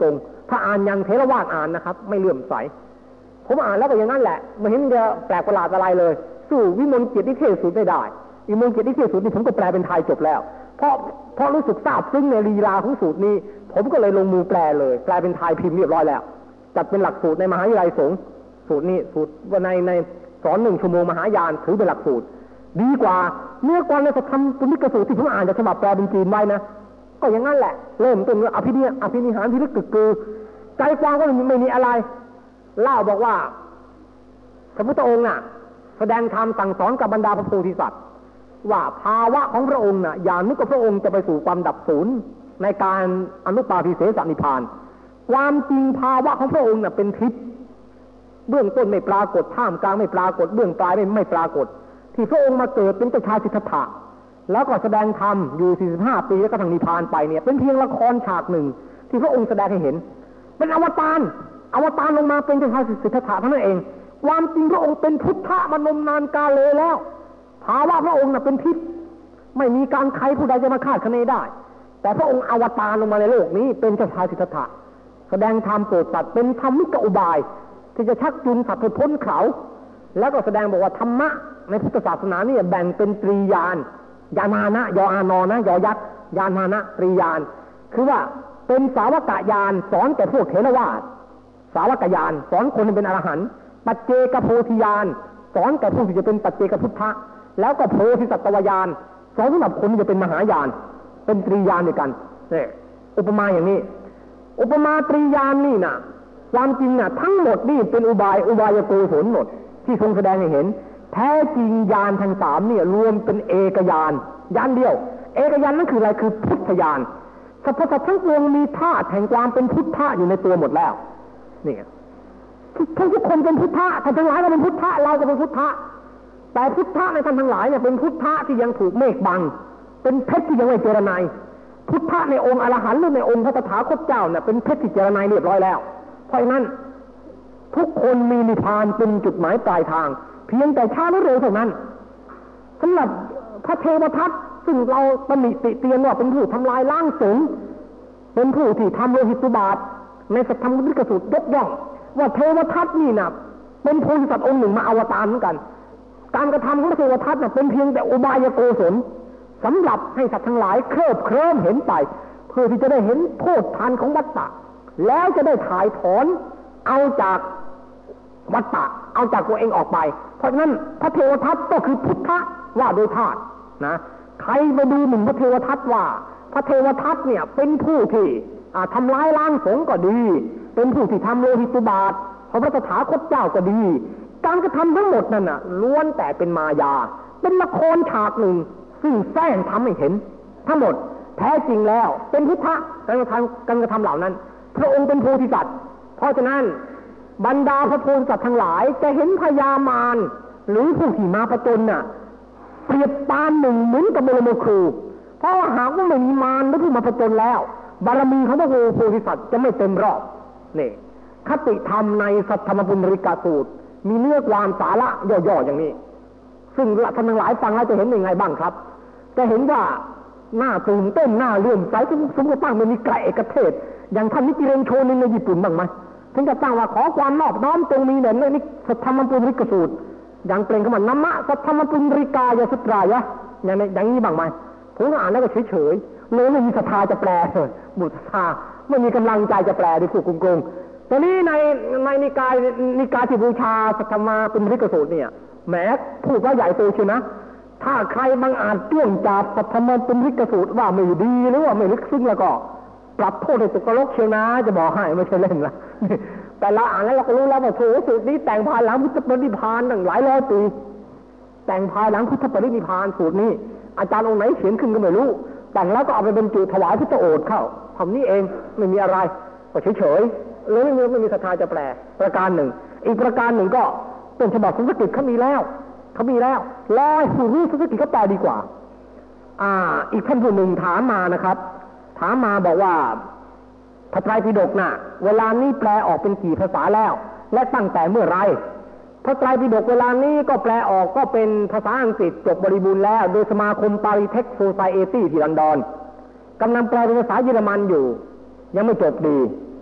ถ้าอ่านอย่างเทรวาทอ่านนะครับไม่เลื่อมใสผมอ่านแล้วก็อย่างนั้นแหละไม่เห็นจะแปลกประหลาดอะไรเลยสู้วิมลเกียรตินิเทศสูตรไม่ได้วิมลเกียรตินิเทศสูตรนี่ผมก็แปลเป็นไทยจบแล้วเพราะเพราะรู้สึกซาบซึ้งในลีลาของสูตรนี้ผมก็เลยลงมือแปลเลยแปลเป็นไทยพิมพ์เรียบร้อยแล้วจัดเป็นหลักสูตรในมหาวิทยาลัยสงฆ์สูตรนี้สูตรในในสอนหนึ่งชั่วโมงมหายานถือเป็นหลักสูตรดีกว่าเมื่อก่อนเราจะทำปุณิกสูตรที่ผมอ่านจากฉบับแปลเป็นจีนไว้นะก็อย่างนั้นแหละเริ่มต้นอภินิอภินิหารพิลึกกึกกือใจความก็ไม่มีอะไรเล่าบอกว่าพระพุทธองค์น่ะแสดงธรรมสั่งสอนกับบรรดาพระโพธิสัตว์ว่าภาวะของพระองค์น่ะอย่านึกว่าพระองค์จะไปสู่ความดับศูนย์ในการอนุปาทิเสสนิพพานความจริงภาวะของพระองค์น่ะเป็นทิพย์เบื้องต้นไม่ปรากฏท่ามกลางไม่ปรากฏเบื้องปลายไม่ไม่ปรากฏที่พระองค์มาเกิดเป็นเจ้าชายสิทธัตถะแล้วก็แสดงธรรมอยู่สี่สิบห้าปีแล้วก็ทางนิพพานไปเนี่ยเป็นเพียงละครฉากหนึ่งที่พระองค์แสดงให้เห็นเป็นอวตารอวตารลงมาเป็นเจ้าชายสิทธัตถะเท่านั้นเองความจริงพระองค์เป็นพุทธะมานมนานกาเลแล้วภาวะพระองค์น่ะเป็นทิพย์ไม่มีการใครผู้ใดจะมาคาดคะเนได้แต่พระองค์อวตารลงมาในโลกนี้เป็นเจ้าชายสิทธัตถะแสดงธรรมโปรดสัตว์เป็นธรรมิกอุบายที่จะชักจูงสัตว์ให้พ้นเขาแล้วก็แสดงบอกว่าธรรมะในพุทธศาสนานี่แบ่งเป็นตรียานยานานะยออานอนะยอยักษ์ยานานะตรียานคือว่าเป็นสาวกยานสอนแต่พวกเถรวาทสาวกยานสอนคนให้เป็นอรหันต์ปัจเจกโพธิญาณสอนแต่ผู้ที่จะเป็นปัจเจกพุทธะแล้วก็โพธิสัตวญาณสอนสำหรับคนที่จะเป็นมหายานเป็นตรียานด้วยกันนี่อุปมาอย่างนี้อุปมาตรียานนี่นะความจริงน่ะทั้งหมดนี่เป็นอุบายอุบายโกศลหมดที่ทรงแสดงให้เห็นแท้จริงญาณทั้งสามเนี่ยรวมเป็นเอกญาณญาณเดียวเอกญาณนั่นคืออะไรคือพุทธญาณสรรพสัตว์ทั้งปวงมีธาตุแห่งความเป็นพุทธะอยู่ในตัวหมดแล้วนี่ทุกทุกคนเป็นพุทธะท่านทั้งหลายก็เป็นพุทธะเราก็เป็นพุทธะแต่พุทธะในท่านทั้งหลายเนี่ยเป็นพุทธะที่ยังถูกเมฆบังเป็นเพชรที่ยังไม่เจรไนพุทธะในองค์อรหันต์หรือในองค์พระตถาคตเจ้าเนี่ยเป็นเพชรที่เจรไนเรียบร้อยแล้วเพราะฉะนั้นทุกคนมีนิพพานเป็นจุดหมายปลายทางเพียงแต่ช้าหรือเร็วเท่านั้นสำหรับพระเทวทัตซึ่งเราตำหนิติเตียนว่าเป็นผู้ทำลายล้างสงฆ์เป็นผู้ที่ทำโลหิตบาทในสัทธรรมวิกสูตรยกย่องว่าเทวทัตนี่นะเป็นโพธิสัตว์องค์หนึ่งมาอวตารเหมือนกันการกระทำของเทวทัตน่ะเป็นเพียงแต่อุบายโกศลสำหรับให้สัตว์ทั้งหลายเคลิบเคลิ้มเห็นไปเพื่อที่จะได้เห็นโทษทันของวัฏฏะแล้วจะได้ถ่ายถอนเอาจากวัฏฏะเอาจากตัวเองออกไปเพราะฉะนั้นพระเทวทัตก็คือพุทธะว่าโดยธาตุนะใครมาดูหมิ่นพระเทวทัตว่าพระเทวทัตเนี่ยเป็นผู้ที่ทำร้ายล้างสงฆ์ก็ดีเป็นผู้ที่ทำโลหิตบาทของพระตถาคตเจ้าก็ดีการกระทำทั้งหมดนั่นน่ะล้วนแต่เป็นมายาเป็นละครฉากหนึ่งซึ่งแฝงทำให้เห็นทั้งหมดแท้จริงแล้วเป็นพุทธะการกระทำการกระทำเหล่านั้นพระองค์เป็นโพธิสัตว์เพราะฉะนั้นบรรดาพระโพธิสัตว์ทั้งหลายจะเห็นพญามารหรือผู้ที่มาประจนน่ะเปรียบปานหนึ่งเหมือนกับบรมครูเพราะหากว่าไม่มีมารหรือผู้มาประจนแล้วบารมีของพระโพธิสัตว์จะไม่เต็มรอบนี่คติธรรมในสัทธรรมปุณณริกาสูตรมีเนื้อความสาระย่อๆอย่างนี้ซึ่งท่านทั้งหลายฟังแล้วจะเห็นยังไงบ้างครับจะเห็นว่าหน้าตื่นเต้นหน้าเลื่อมใสสมมติตั้งเป็นนิกายเอกเทศอย่างท่านนิจิเรนโชนินในญี่ปุ่นบ้างไหมถึงจะตั้งว่าขอความนอบน้อมจงมีในในสัทธรรมปุณณริกาสูตรอย่างเปล่งคำว่านัมมะสัทธรรมปุณณริกายสุตรายะอย่างอย่างนี้บ้างไหมผมก็อ่านแล้วก็เฉยๆเลยไม่มีศรัทธาจะแปลเลยหมดศรัทธาไม่มีกำลังใจจะแปลดิผู้กงๆแต่นี้ในในนิกายนิกายที่บูชาสัทธรรมปุณณริกาสูตรเนี่ยแหมพูดว่าใหญ่โตเชียวนะถ้าใครบางอาจจ้วงจับสัทธรรมปุณณริกาสูตรว่าไม่ดีหรือว่าไม่ลึกซึ้งแล้วก็ปรับโทษให้ตกนรกเชียวนะจะบอกให้ไม่ใช่เล่นนะแต่ละอ่านแล้วเราก็รู้แล้วว่าโถสูตรนี้แต่งภายหลังพุทธปรินิพพานตั้งหลายร้อยปีแต่งภายหลังพุทธปรินิพพานสูตรนี้อาจารย์องค์ไหนเขียนขึ้นก็ไม่รู้แต่งแล้วก็เอาไปบรรจุถวายพุทธโอษฐ์เข้าทำนี้เองไม่มีอะไรก็เฉยๆเลยไม่มีไม่มีศรัทธาจะแปลประการหนึ่งอีกประการหนึ่งก็ต้นฉบับสันสกฤตเขามีแล้วเขามีแล้วรอให้ผู้รู้สันสกฤตเขาแปลดีกว่าอ่าอีกท่านผู้หนึ่งถามมานะครับถามมาบอกว่าพระไตรปิฎกน่ะเวลานี้แปลออกเป็นกี่ภาษาแล้วและตั้งแต่เมื่อไรพระไตรปิฎกเวลานี้ก็แปลออกก็เป็นภาษาอังกฤษจบบริบูรณ์แล้วโดยสมาคมปาริเทคโซไซเอตี้ที่ลอนดอนกำลังแปลเป็นภาษาเยอรมันอยู่ยังไม่จบดี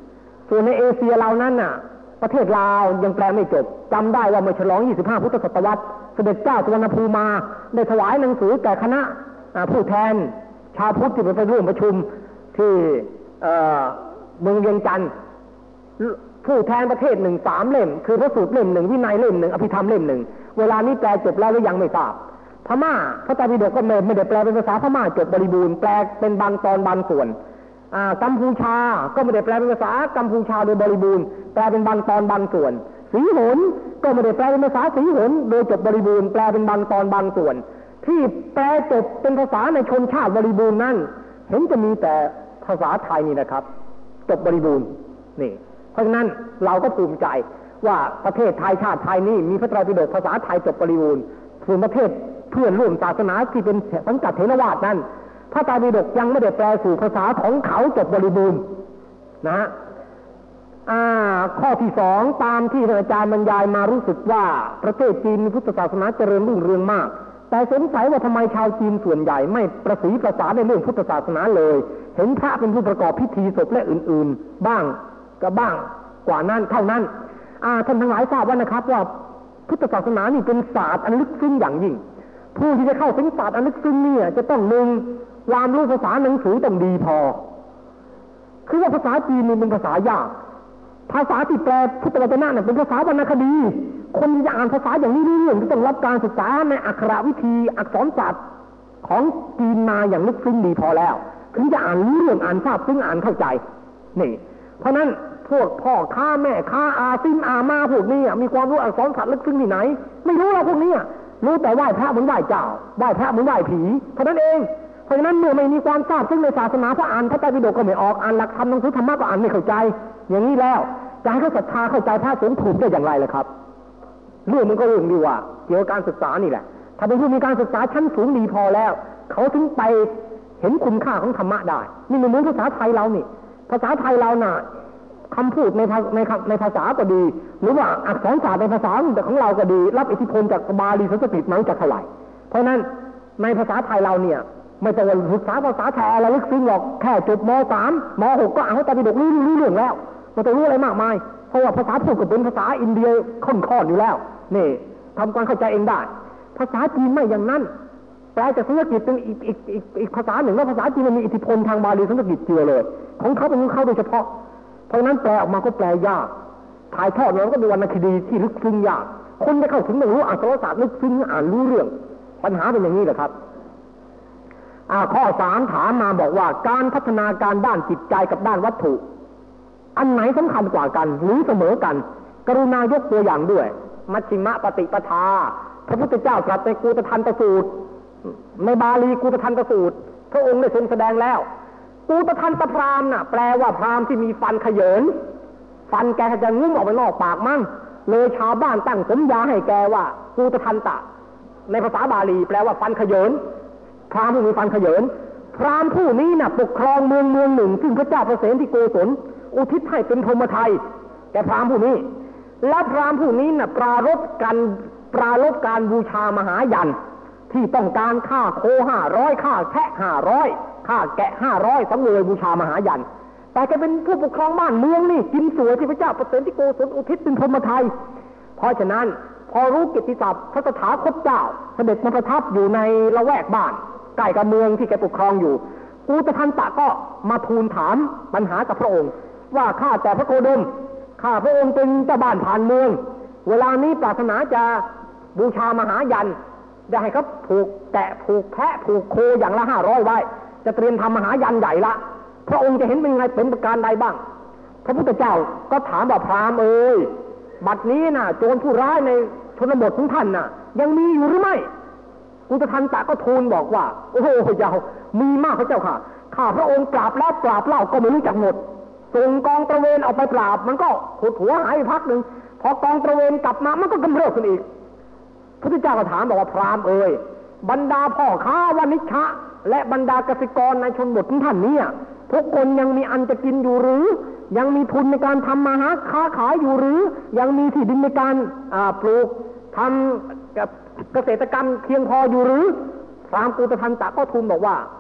ส่วนในเอเชียเรานั้นน่ะประเทศลาวยังแปลไม่จบจำได้ว่าเมื่อฉลองยี่สิบห้าพุทธศตวรรษเสด็จเจ้าสุวรรณภูมิมาได้ถวายหนังสือแก่คณะผู้แทนชาวพุทธที่ไปร่วมประชุมที่เมืองเวียงจันทร์ผู้แทนประเทศหนึ่งสามเล่มคือพระสูตรเล่มหนึ่งวินัยเล่มหนึ่งอภิธรรมเล่มหนึ่งเวลานี้แปลจบแล้วหรือยังไม่ทราบพม่าพระไตรปิฎกก็ไม่ได้แปลเป็นภาษาพม่าจบบริบูรณ์แปลเป็นบางตอนบางส่วนกัมพูชาก็ไม่ได้แปลเป็นภาษากัมพูชาโดยบริบูรณ์แปลเป็นบางตอนบางส่วนสีหนก็ไม่ได้แปลเป็นภาษาสีหนโดยจบบริบูรณ์แปลเป็นบางตอนบางส่วนที่แปลจบเป็นภาษาในชนชาติบริบูรณ์นั่นเห็นจะมีแต่ภาษาไทยนี่นะครับจบบริบูรณ์นี่เพราะฉะนั้นเราก็ภูมิใจว่าประเทศไทยชาติไทยนี่มีพระไตรปิฎกภาษาไทยจบบริบูรณ์ส่วนประเทศเพื่อนร่วมศาสนาที่เป็นสังกัดเถรวาทนั้นพระไตรปิฎกยังไม่ได้แปลสู่ภาษาของเขาจบบริบูรณ์นะฮะข้อที่สองตามที่อาจารย์บรรยายมารู้สึกว่าประเทศจีนมีพุทธศาสนาเจริญรุ่งเรืองมากแต่สงสัยว่าทำไมชาวจีนส่วนใหญ่ไม่ประสีประสานในเรื่องพุทธศาสนาเลยเห็นพระเป็นผู้ประกอบพิธีศพและอื่นๆบ้างก็บ้างกว่านั้นเท่านั้นท่านทั้งหลายทราบว่านะครับว่าพุทธศาสนานี่เป็นศาสตร์อันลึกซึ้งอย่างยิ่งผู้ที่จะเข้าถึงศาสตร์อันลึกซึ้งเนี่ยจะต้องหนึ่งความรู้ภาษาหนังสือต้องดีพอคือว่าภาษาจีนนี่เป็นภาษายากภาษาที่แปลพุทธวจนะเนี่ยเป็นภาษาวรรณคดีคนที่จะอ่านภาษาอย่างนี้เรื่องจะต้องรับการศึกษาในอักขระวิธีอักษรศาสตร์ของจีนมาอย่างลึกซึ้งดีพอแล้วถึงจะอ่านรู้เรื่องอ่านทราบซึ้งอ่านเข้าใจนี่เพราะนั้นพวกพ่อค้าแม่ค้าอาซิมอามาพวกนี้มีความรู้อักษรศาสตร์ลึกซึ้งที่ไหนไม่รู้เราพวกนี้รู้แต่ไหว้พระเหมือนไหว้เจ้าไหว้พระเหมือนไหว้ผีเท่านั้นเองเพราะฉะนั้นเมื่อไม่มีความทราบซึ่งในศาสนาพระอ่านพระไตรปิฎกก็ไม่ออกอ่านหลักธรรมหนังสือธรรมะก็อ่านไม่เข้าใจอย่างนี้แล้วจะให้เขาศรัทธาเข้าใจพระสงฆ์ถูกได้อย่างไรล่ะครับเรื่องมันก็เรื่องดีว่าเกี่ยวกับการศึกษานี่แหละถ้าเป็นผู้มีการศึกษาชั้นสูงดีพอแล้วเขาถึงไปเห็นคุณค่าของธรรมะได้นี่มันเหมือนภาษาไทยเรานี่ภาษาไทยเราน่ะคำพูดในในในภาษาก็ดีหรือว่าอักษรศาสตร์ในภาษาของเราก็ดีรับอิทธิพลจากบาลีสันสกฤตมาจากเท่าไหร่เพราะนั้นในภาษาไทยเราเนี่ยไม่ต้องศึกษาภาษาไทยอะไรลึกซึ้งหรอกแค่จบม.สาม ม.หก ก็อ่านพระไตรปิฎกรู้รู้เรื่องแล้วไม่ต้องรู้อะไรมากมายเพราะว่าภาษาพูดก็เป็นภาษาอินเดียค่อนๆอยู่แล้วนี่ทำความเข้าใจเองได้ภาษาจีนไม่อย่างนั้นแปลจากสันสกฤตเป็นอีกอีกอีกอีกภาษาหนึ่งแล้วภาษาจีนมันมีอิทธิพลทางบาลีสันสกฤตเจือเลยของเขาเป็นของเขาโดยเฉพาะเพราะนั้นแปลออกมาก็แปลยากถ่ายทอดแล้วก็เป็นวรรณคดีที่ลึกซึ้งยากคนจะเข้าถึงต้องรู้อักษรศาสตร์ลึกซึ้งอ่านรู้เรื่องปัญหาเป็นอย่างนี้แหละครับข้อสามถามมาบอกว่าการพัฒนาการด้านจิตใจกับด้านวัตถุอันไหนสำคัญกว่ากันหรือเสมอกันกรุณายกตัวอย่างด้วยมัชฌิมปฏิปทาพระพุทธเจ้าตรัสในกูตทันตสูตรในบาลีกูตทันตสูตรพระองค์ได้ทรงแสดงแล้วกูตทันตพราหมณ์น่ะแปลว่าพราหมณ์ที่มีฟันเขยินฟันแกจะงุ้มออกไปนอกปากมั่งเลยชาวบ้านตั้งสมญาให้แกว่ากูตทันตะในภาษาบาลีแปลว่าฟันเขยินพราหมณ์ผู้มีฟันเขยินพราหมณ์ผู้นี้น่ะปกครองเมืองเมืองหนึ่งซึ่งพระเจ้าพระเสนที่โกศลอุทิศให้เป็นพรหมทัยแกพราหมณ์ผู้นี้และพราหมณ์ผู้นี้น่ะปรารภกันปรารภการบูชามหายันที่ต้องการฆ่าโคห้าร้อยฆ่าแพะห้าร้อยฆ่าแกะห้าร้อยสังเวยบูชามหายันแต่แกเป็นผู้ปกครองบ้านเมืองนี่กินสวยที่พระเจ้าประเสริฐที่โกศลอุทิศเป็นพรหมทัยเพราะฉะนั้นพอรู้กิตติศัพท์พระตถาคตเจ้าเสด็จมาประทับอยู่ในละแวกบ้านใกล้กับเมืองที่แกปกครองอยู่กูตทันตะก็มาทูลถามปัญหากับพระองค์ว่าข้าแต่พระโคดมข้าพระองค์เป็นเจ้าบ้านผ่านเมืองเวลานี้ปรารถนาจะบูชามหายันได้ให้เขาผูกแกะผูกแพะผูกโคอย่างละห้าร้อยไว้จะเตรียมทำมหายันใหญ่ละพระองค์จะเห็นเป็นยังไงเป็นประการใดบ้างพระพุทธเจ้าก็ถามว่าพราหมณ์เอ้ยบัดนี้น่ะโจรผู้ร้ายในชนบทของท่านน่ะยังมีอยู่หรือไม่กุตทันตะก็ทูลบอกว่าโอ้โหยาวมีมากพระเจ้าค่ะข้าพระองค์ปราบแล้วปราบเล่าก็ไม่รู้จักหมดส่งกองตระเวนออกไปปราบมันก็หดหัวหายไปพักหนึ่งพอกองตระเวนกลับมามันก็กำเริบขึ้นอีกพระพุทธเจ้าก็ถามบอกว่าพราหมณ์เอ้ยบรรดาพ่อค้าวานิชะและบรรดาเกษตรกรในชนบทของท่านนี้ทุกคนยังมีอันจะกินอยู่หรือยังมีทุนในการทำมาหาค้าขายอยู่หรือยังมีที่ดินในการปลูกทำกับเกษตรกรรมเพียงพออยู่หรือพราหมณ์กุตทันตะก็ทูลบอกว่า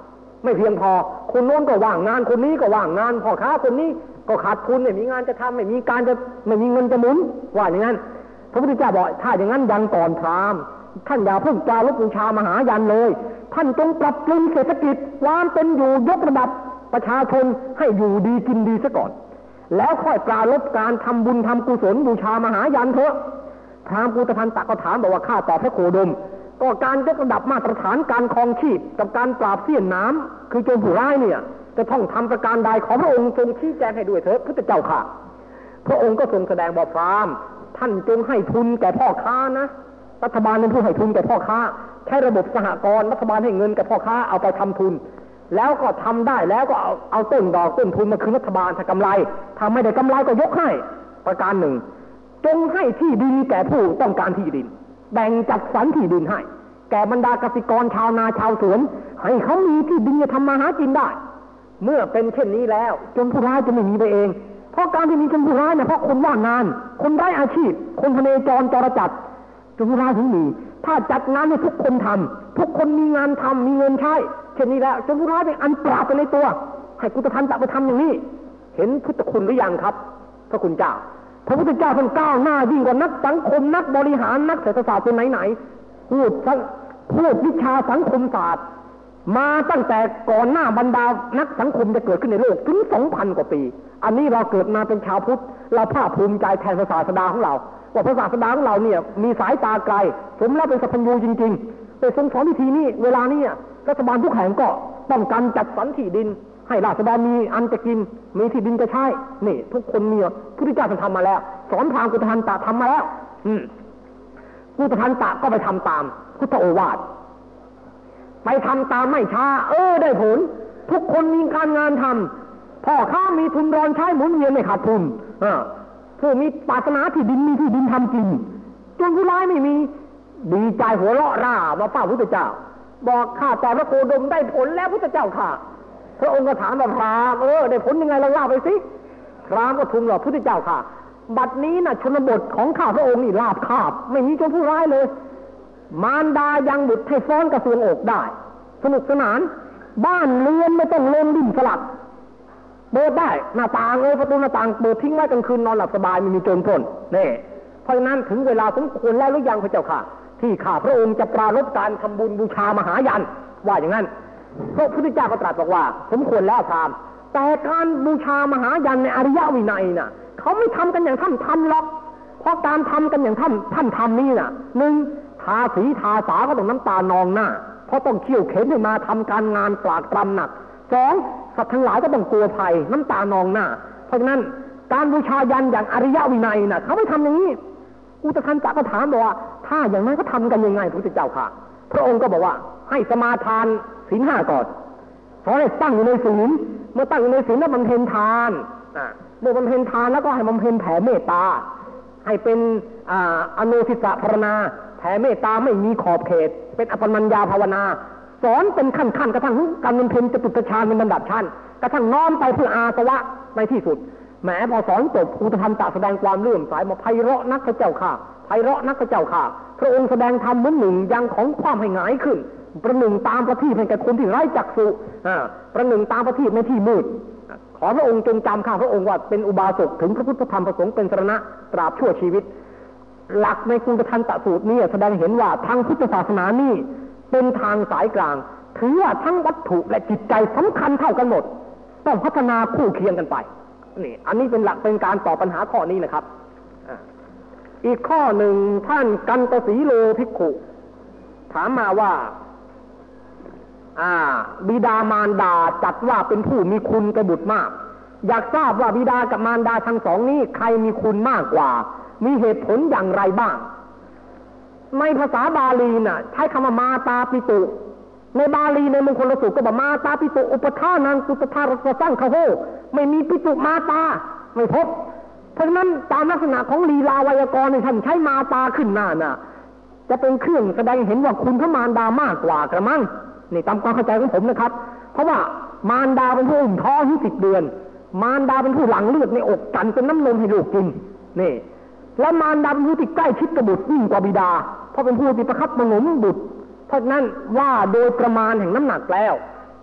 ไม่เพียงพอคนโน้นก็ว่างงานคนนี้ก็ว่างงานพ่อค้าคนนี้ก็ขาดทุนไม่มีงานจะทำไม่มีการจะไม่มีเงินจะหมุนว่าอย่างนั้นพระพุทธเจ้าบอกถ้าอย่างนั้นยังก่อนพราหมณ์ท่านอย่าเพิ่งจารึกบูชามหายันเลยท่านจงปรับปรุงเศรษฐกิจความเป็นอยู่ยกระดับประชาชนให้อยู่ดีกินดีซะก่อนแล้วค่อยปราลบการทำบุญทำกุศลบูชามหายันเถอะพราหมณ์ปุตทันตะก็ถามบอกว่าข้าแต่พระโคดมก็การยกระดับมาตรฐานการครองชีพกับการปราบเสี้ยนน้ำคือโจรผู้ร้ายเนี่ยจะต้องทำประการใดขอพระองค์ทรงชี้แจงให้ด้วยเถิดพุทธเจ้าค่ะพระองค์ก็ทรงแสดงบอกพราหมณ์ท่านจงให้ทุนแก่พ่อค้านะรัฐบาลเป็นผู้ให้ทุนแก่พ่อค้าใช้ระบบสหกรณ์รัฐบาลให้เงินแก่พ่อค้าเอาไปทำทุนแล้วก็ทำได้แล้วก็เอาเอาต้นดอกต้นทุนมาคืนรัฐบาลถ้ากำไรทำไม่ได้กำไรก็ยกให้ประการหนึ่งจงให้ที่ดินแก่ผู้ต้องการที่ดินแบ่งจัดสรรที่ดินให้แก่บรรดาเกษตรกรชาวนาชาวสวนให้เขามีที่ดินจะทำมาหากินได้เมื่อเป็นเช่นนี้แล้วจนผู้ร้ายจะไม่มีไปเองเพราะการที่มีจนผู้ร้ายเนี่ยเพราะคนว่างงานคนไร้อาชีพคนพเนจรจรจัดจนผู้ร้ายถึงมีถ้าจัดงานให้ทุกคนทำทุกคนมีงานทำมีเงินใช้เช่นนี้แล้วจนผู้ร้ายเป็นอันปราบไปในตัวให้กุตทันตะไปทำอย่างนี้เห็นพุทธคุณหรือยังครับพระคุณเจ้าพระพุทธเจ้าท่านก้าวหน้ายิ่งกว่านักสังคมนักบริหารนักเศรษฐศาสตร์เป็นไหนๆพูดพูดวิชาสังคมศาสตร์มาตั้งแต่ก่อนหน้าบรรดานักสังคมจะเกิดขึ้นในโลกถึง สองพัน กว่าปีอันนี้เราเกิดมาเป็นชาวพุทธเราภาคภูมิใจแทนศาสดาของเราว่าพระศาสดาของเราเนี่ยมีสายตาไกลสมแล้วเป็นสัพพัญญูจริงๆแต่ทรงสอนวิธีนี้เวลานี้รัฐบาลทุกแห่งก็ต้องการจัดสรรที่ดินให้ราษฎรมีอันจะกินมีที่ดินจะใช้นี่ทุกคนมีพุทธเจ้าท่านทำมาแล้วสอนพราหมณ์กุตทันตะทำมาแล้วอืมกุตทันตะก็ไปทำตามพุทธโอวาทไปทำตามไม่ช้าเออได้ผลทุกคนมีการงานทำพ่อค้ามีทุนรอนใช้หมุนเวียนไม่ขาดทุนอ่าผู้มีปรารถนาที่ดินมีที่ดินทำกินจนผู้ร้ายไม่มีดีใจหัวเราะร่ามาเฝ้าพุทธเจ้าบอกข้าแต่พระโคดมได้ผลแล้วพุทธเจ้าค่ะพระองค์ก็ถามว่าพราหมณ์เออได้ผลยังไงเราเล่าไปสิพราหมณ์ก็ทูลว่าพุทธเจ้าค่ะบัดนี้น่ะชนบทของข้าพระองค์นี่ราบคาบไม่มีโจรผู้ร้ายเลยมารดายังบุตรให้ฟ้อนกระทรวงอกได้สนุกสนานบ้านเรือนไม่ต้องเล่นดิ่มสลักเปิดได้หน้าต่างเลยประตูหน้าต่างเปิดทิ้งไว้กลางคืนนอนหลับสบายไม่มีโจรปล้นนี่เพราะฉะนั้นถึงเวลาสมควรแล้วหรือยังพระเจ้าค่ะที่ข้าพระองค์จะปรารภการทำบุญบูชามหายันว่าอย่างนั้นพระพุทธเจ้าก็ตรัสบอกว่าสมควรแล้วพราหมณ์แต่การบูชามหายันในอริยวินัยน่ะเขาไม่ทำกันอย่างท่านทำหรอกเพราะการทำกันอย่างท่านท่านทำนี่น่ะหนึ่งทาสีทาสาก็ต้องน้ำตานองหน้าเพราะต้องเขี่ยวเข็นให้มาทำการงานปราดตรำหนักสองสัตว์ทั้งหลายก็ต้องกลัวภัยน้ำตานองหน้าเพราะฉะนั้นการบูชายันอย่างอริยวินัยน่ะเขาไม่ทำอย่างนี้อุตทันตะก็ถามบอกว่าถ้าอย่างนั้นก็ทำกันยังไงพระพุทธเจ้าค่ะพระองค์ก็บอกว่าให้สมาทานศีลห้าก่อนขอให้ตั้งอยู่ในศีลเมื่อตั้งอยู่ในศีลแล้วบำเพ็ญทานเมื่อบำเพ็ญทานแล้วก็ให้บำเพ็ญแผ่เมตตาให้เป็นอโนทิสะภาวนาแผ่เมตตาไม่มีขอบเขตเป็นอัปปมัญญาภาวนาสอนเป็นขั้นขั้นกระทั่งการบำเพ็ญจตุตฌานเป็นลำดับชั้นกระทั่งน้อมไปเพื่ออาสวะในที่สุดแหมพอสอนจบอุตทันตะแสดงความเลื่อมใสมาไพเราะนักพระเจ้าค่ะไพเราะนักพระเจ้าค่ะพระองค์แสดงธรรมเหมือนหนึ่งยังของความให้หงายขึ้นประหนึ่งตามประทีปให้แก่คนที่ไร้จักษุประหนึ่งตามประทีปในที่มืดขอพระองค์จงจำข้าพระองค์ว่าเป็นอุบาสกถึงพระพุทธธรรมประสงค์เป็นสรณะตราบชั่วชีวิตหลักในกุณฑทันตสูตรนี้แสดงเห็นว่าทางพุทธศาสนานี่เป็นทางสายกลางถือว่าทั้งวัตถุและจิตใจสำคัญเท่ากันหมดต้องพัฒนาคู่เคียงกันไปนี่อันนี้เป็นหลักเป็นการตอบปัญหาข้อนี้นะครับอีกข้อหนึ่งท่านกันตสีโลภิกขุถามมาว่าอ่าบิดามารดาจัดว่าเป็นผู้มีคุณแก่บุตรมากอยากทราบว่าบิดากับมารดาทั้งสองนี้ใครมีคุณมากกว่ามีเหตุผลอย่างไรบ้างในภาษาบาลีน่ะใช้คำว่ามาตาปิตุในบาลีในมงคลสูตรก็บอกมาตาปิตุอุปทานังปุตตะรัสสังคโหไม่มีปิตุมาตาไม่พบเพราะฉะนั้นตามลักษณะของลีลาไวยากรณ์ท่านใช้มาตาขึ้นหน้าน่ะจะเป็นเครื่องแสดงเห็นว่าคุณพระมารดามากกว่ากระมังนี่ตามความเข้าใจของผมนะครับเพราะว่ามารดาเป็นผู้อุ้มท้องถึงสิบเดือนมารดาเป็นผู้หลั่งเลือดในอกกันเป็นน้ำนมให้ลูกกินนี่และมารดาเป็นผู้ที่ใกล้ชิดกับบุตรยิ่งกว่าบิดาเพราะเป็นผู้ที่ประคับประหงมบุตรเพราะฉะนั้นว่าโดยประมาณแห่งน้ำหนักแล้ว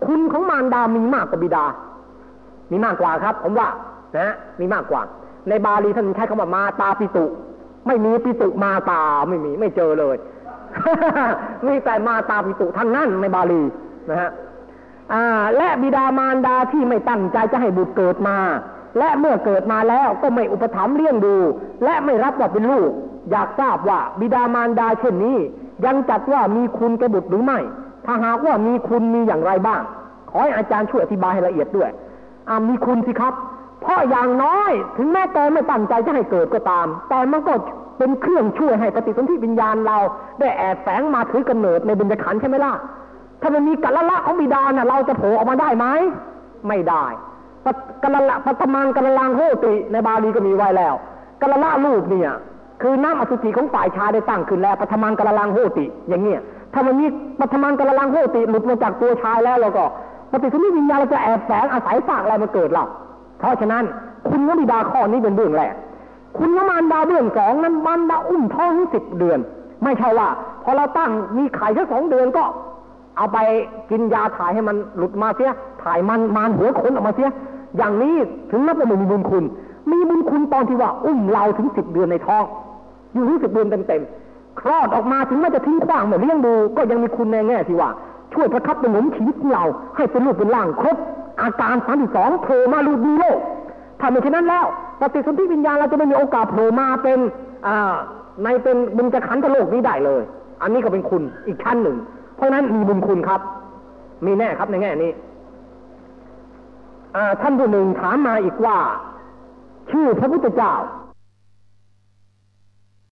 คุณของมารดามีมากกว่าบิดามีมากกว่าครับผมว่านะมีมากกว่าในบาลีท่านใช้คำว่ามาตาปิตุไม่มีปิตุมาตาไม่มีไม่เจอเลย มีแต่มาตาปิตุทั้งนั้นในบาลีนะฮะและบิดามารดาที่ไม่ตั้งใจจะให้บุตรเกิดมาและเมื่อเกิดมาแล้วก็ไม่อุปถัมภ์เลี้ยงดูและไม่รับว่าเป็นลูกอยากทราบว่าบิดามารดาเช่นนี้ยังจัดว่ามีคุณแก่บุตรหรือไม่ถ้าหากว่ามีคุณมีอย่างไรบ้างขอให้อาจารย์ช่วยอธิบายให้ละเอียดด้วยมีคุณสิครับเพราะอย่างน้อยถึงแม้ตนไม่ตั้งใจจะให้เกิดก็ตามแต่มันก็เป็นเครื่องช่วยให้ปฏิสนธิวิญญาณเราได้แอบแฝงมาถือกำเนิดในเบญจขันธ์ใช่ไหมล่ะถ้ามันมีกัลละของบิดาน่ะเราจะโผล่ออกมาได้ไหมไม่ได้กัลละปัตมังกัลลังโหติในบาลีก็มีไว้แล้วกัลละลูกเนี่ยคือน้ำอสุจิของฝ่ายชายได้ตั้งขึ้นแล้วปัตมังกัลลังโหติอย่างเงี้ยถ้ามันมีปัตมังกัลลังโหติหลุดมาจากตัวชายแล้วเราก็ปฏิสนธิวิญญาณเราจะแอบแฝงอาศัยฝากอะไรมาเกิดเราเพราะฉะนั้นคุณของบิดาข้อนี้เป็นเรื่องแรกคุณของมารดาเรื่องสองนั้นมารดาอุ้มท้องสิบเดือนไม่ใช่ว่าพอเราตั้งมีไข่แค่สองเดือนก็เอาไปกินยาถ่ายให้มันหลุดมาเสียถ่ายมันมารหัวขนออกมาเสียอย่างนี้ถึงนับว่ามีบุญคุณมีบุญคุณตอนที่ว่าอุ้มเราถึงสิบเดือนในท้องอยู่ถึงสิบเดือนเต็มๆคลอดออกมาถึงแม้จะทิ้งขว้างเหมือนเลี้ยงดูก็ยังมีคุณในแง่ที่ว่าช่วยประคับประหงมชีวิตของเราให้เป็นรูปเป็นร่างครบอาการสามสิบสองโผล่มาลูดีโลกถ้าไม่เช่นนั้นแล้วปฏิสนธิวิญญาณเราจะไม่มีโอกาสโผล่มาเป็นในเป็นเบญจขันธ์โลกนี้ได้เลยอันนี้ก็เป็นคุณอีกชั้นหนึ่งเพราะนั้นมีบุญคุณครับมีแน่ครับในแง่นี้ท่านผู้หนึ่งถามมาอีกว่าชื่อพระพุทธเจ้า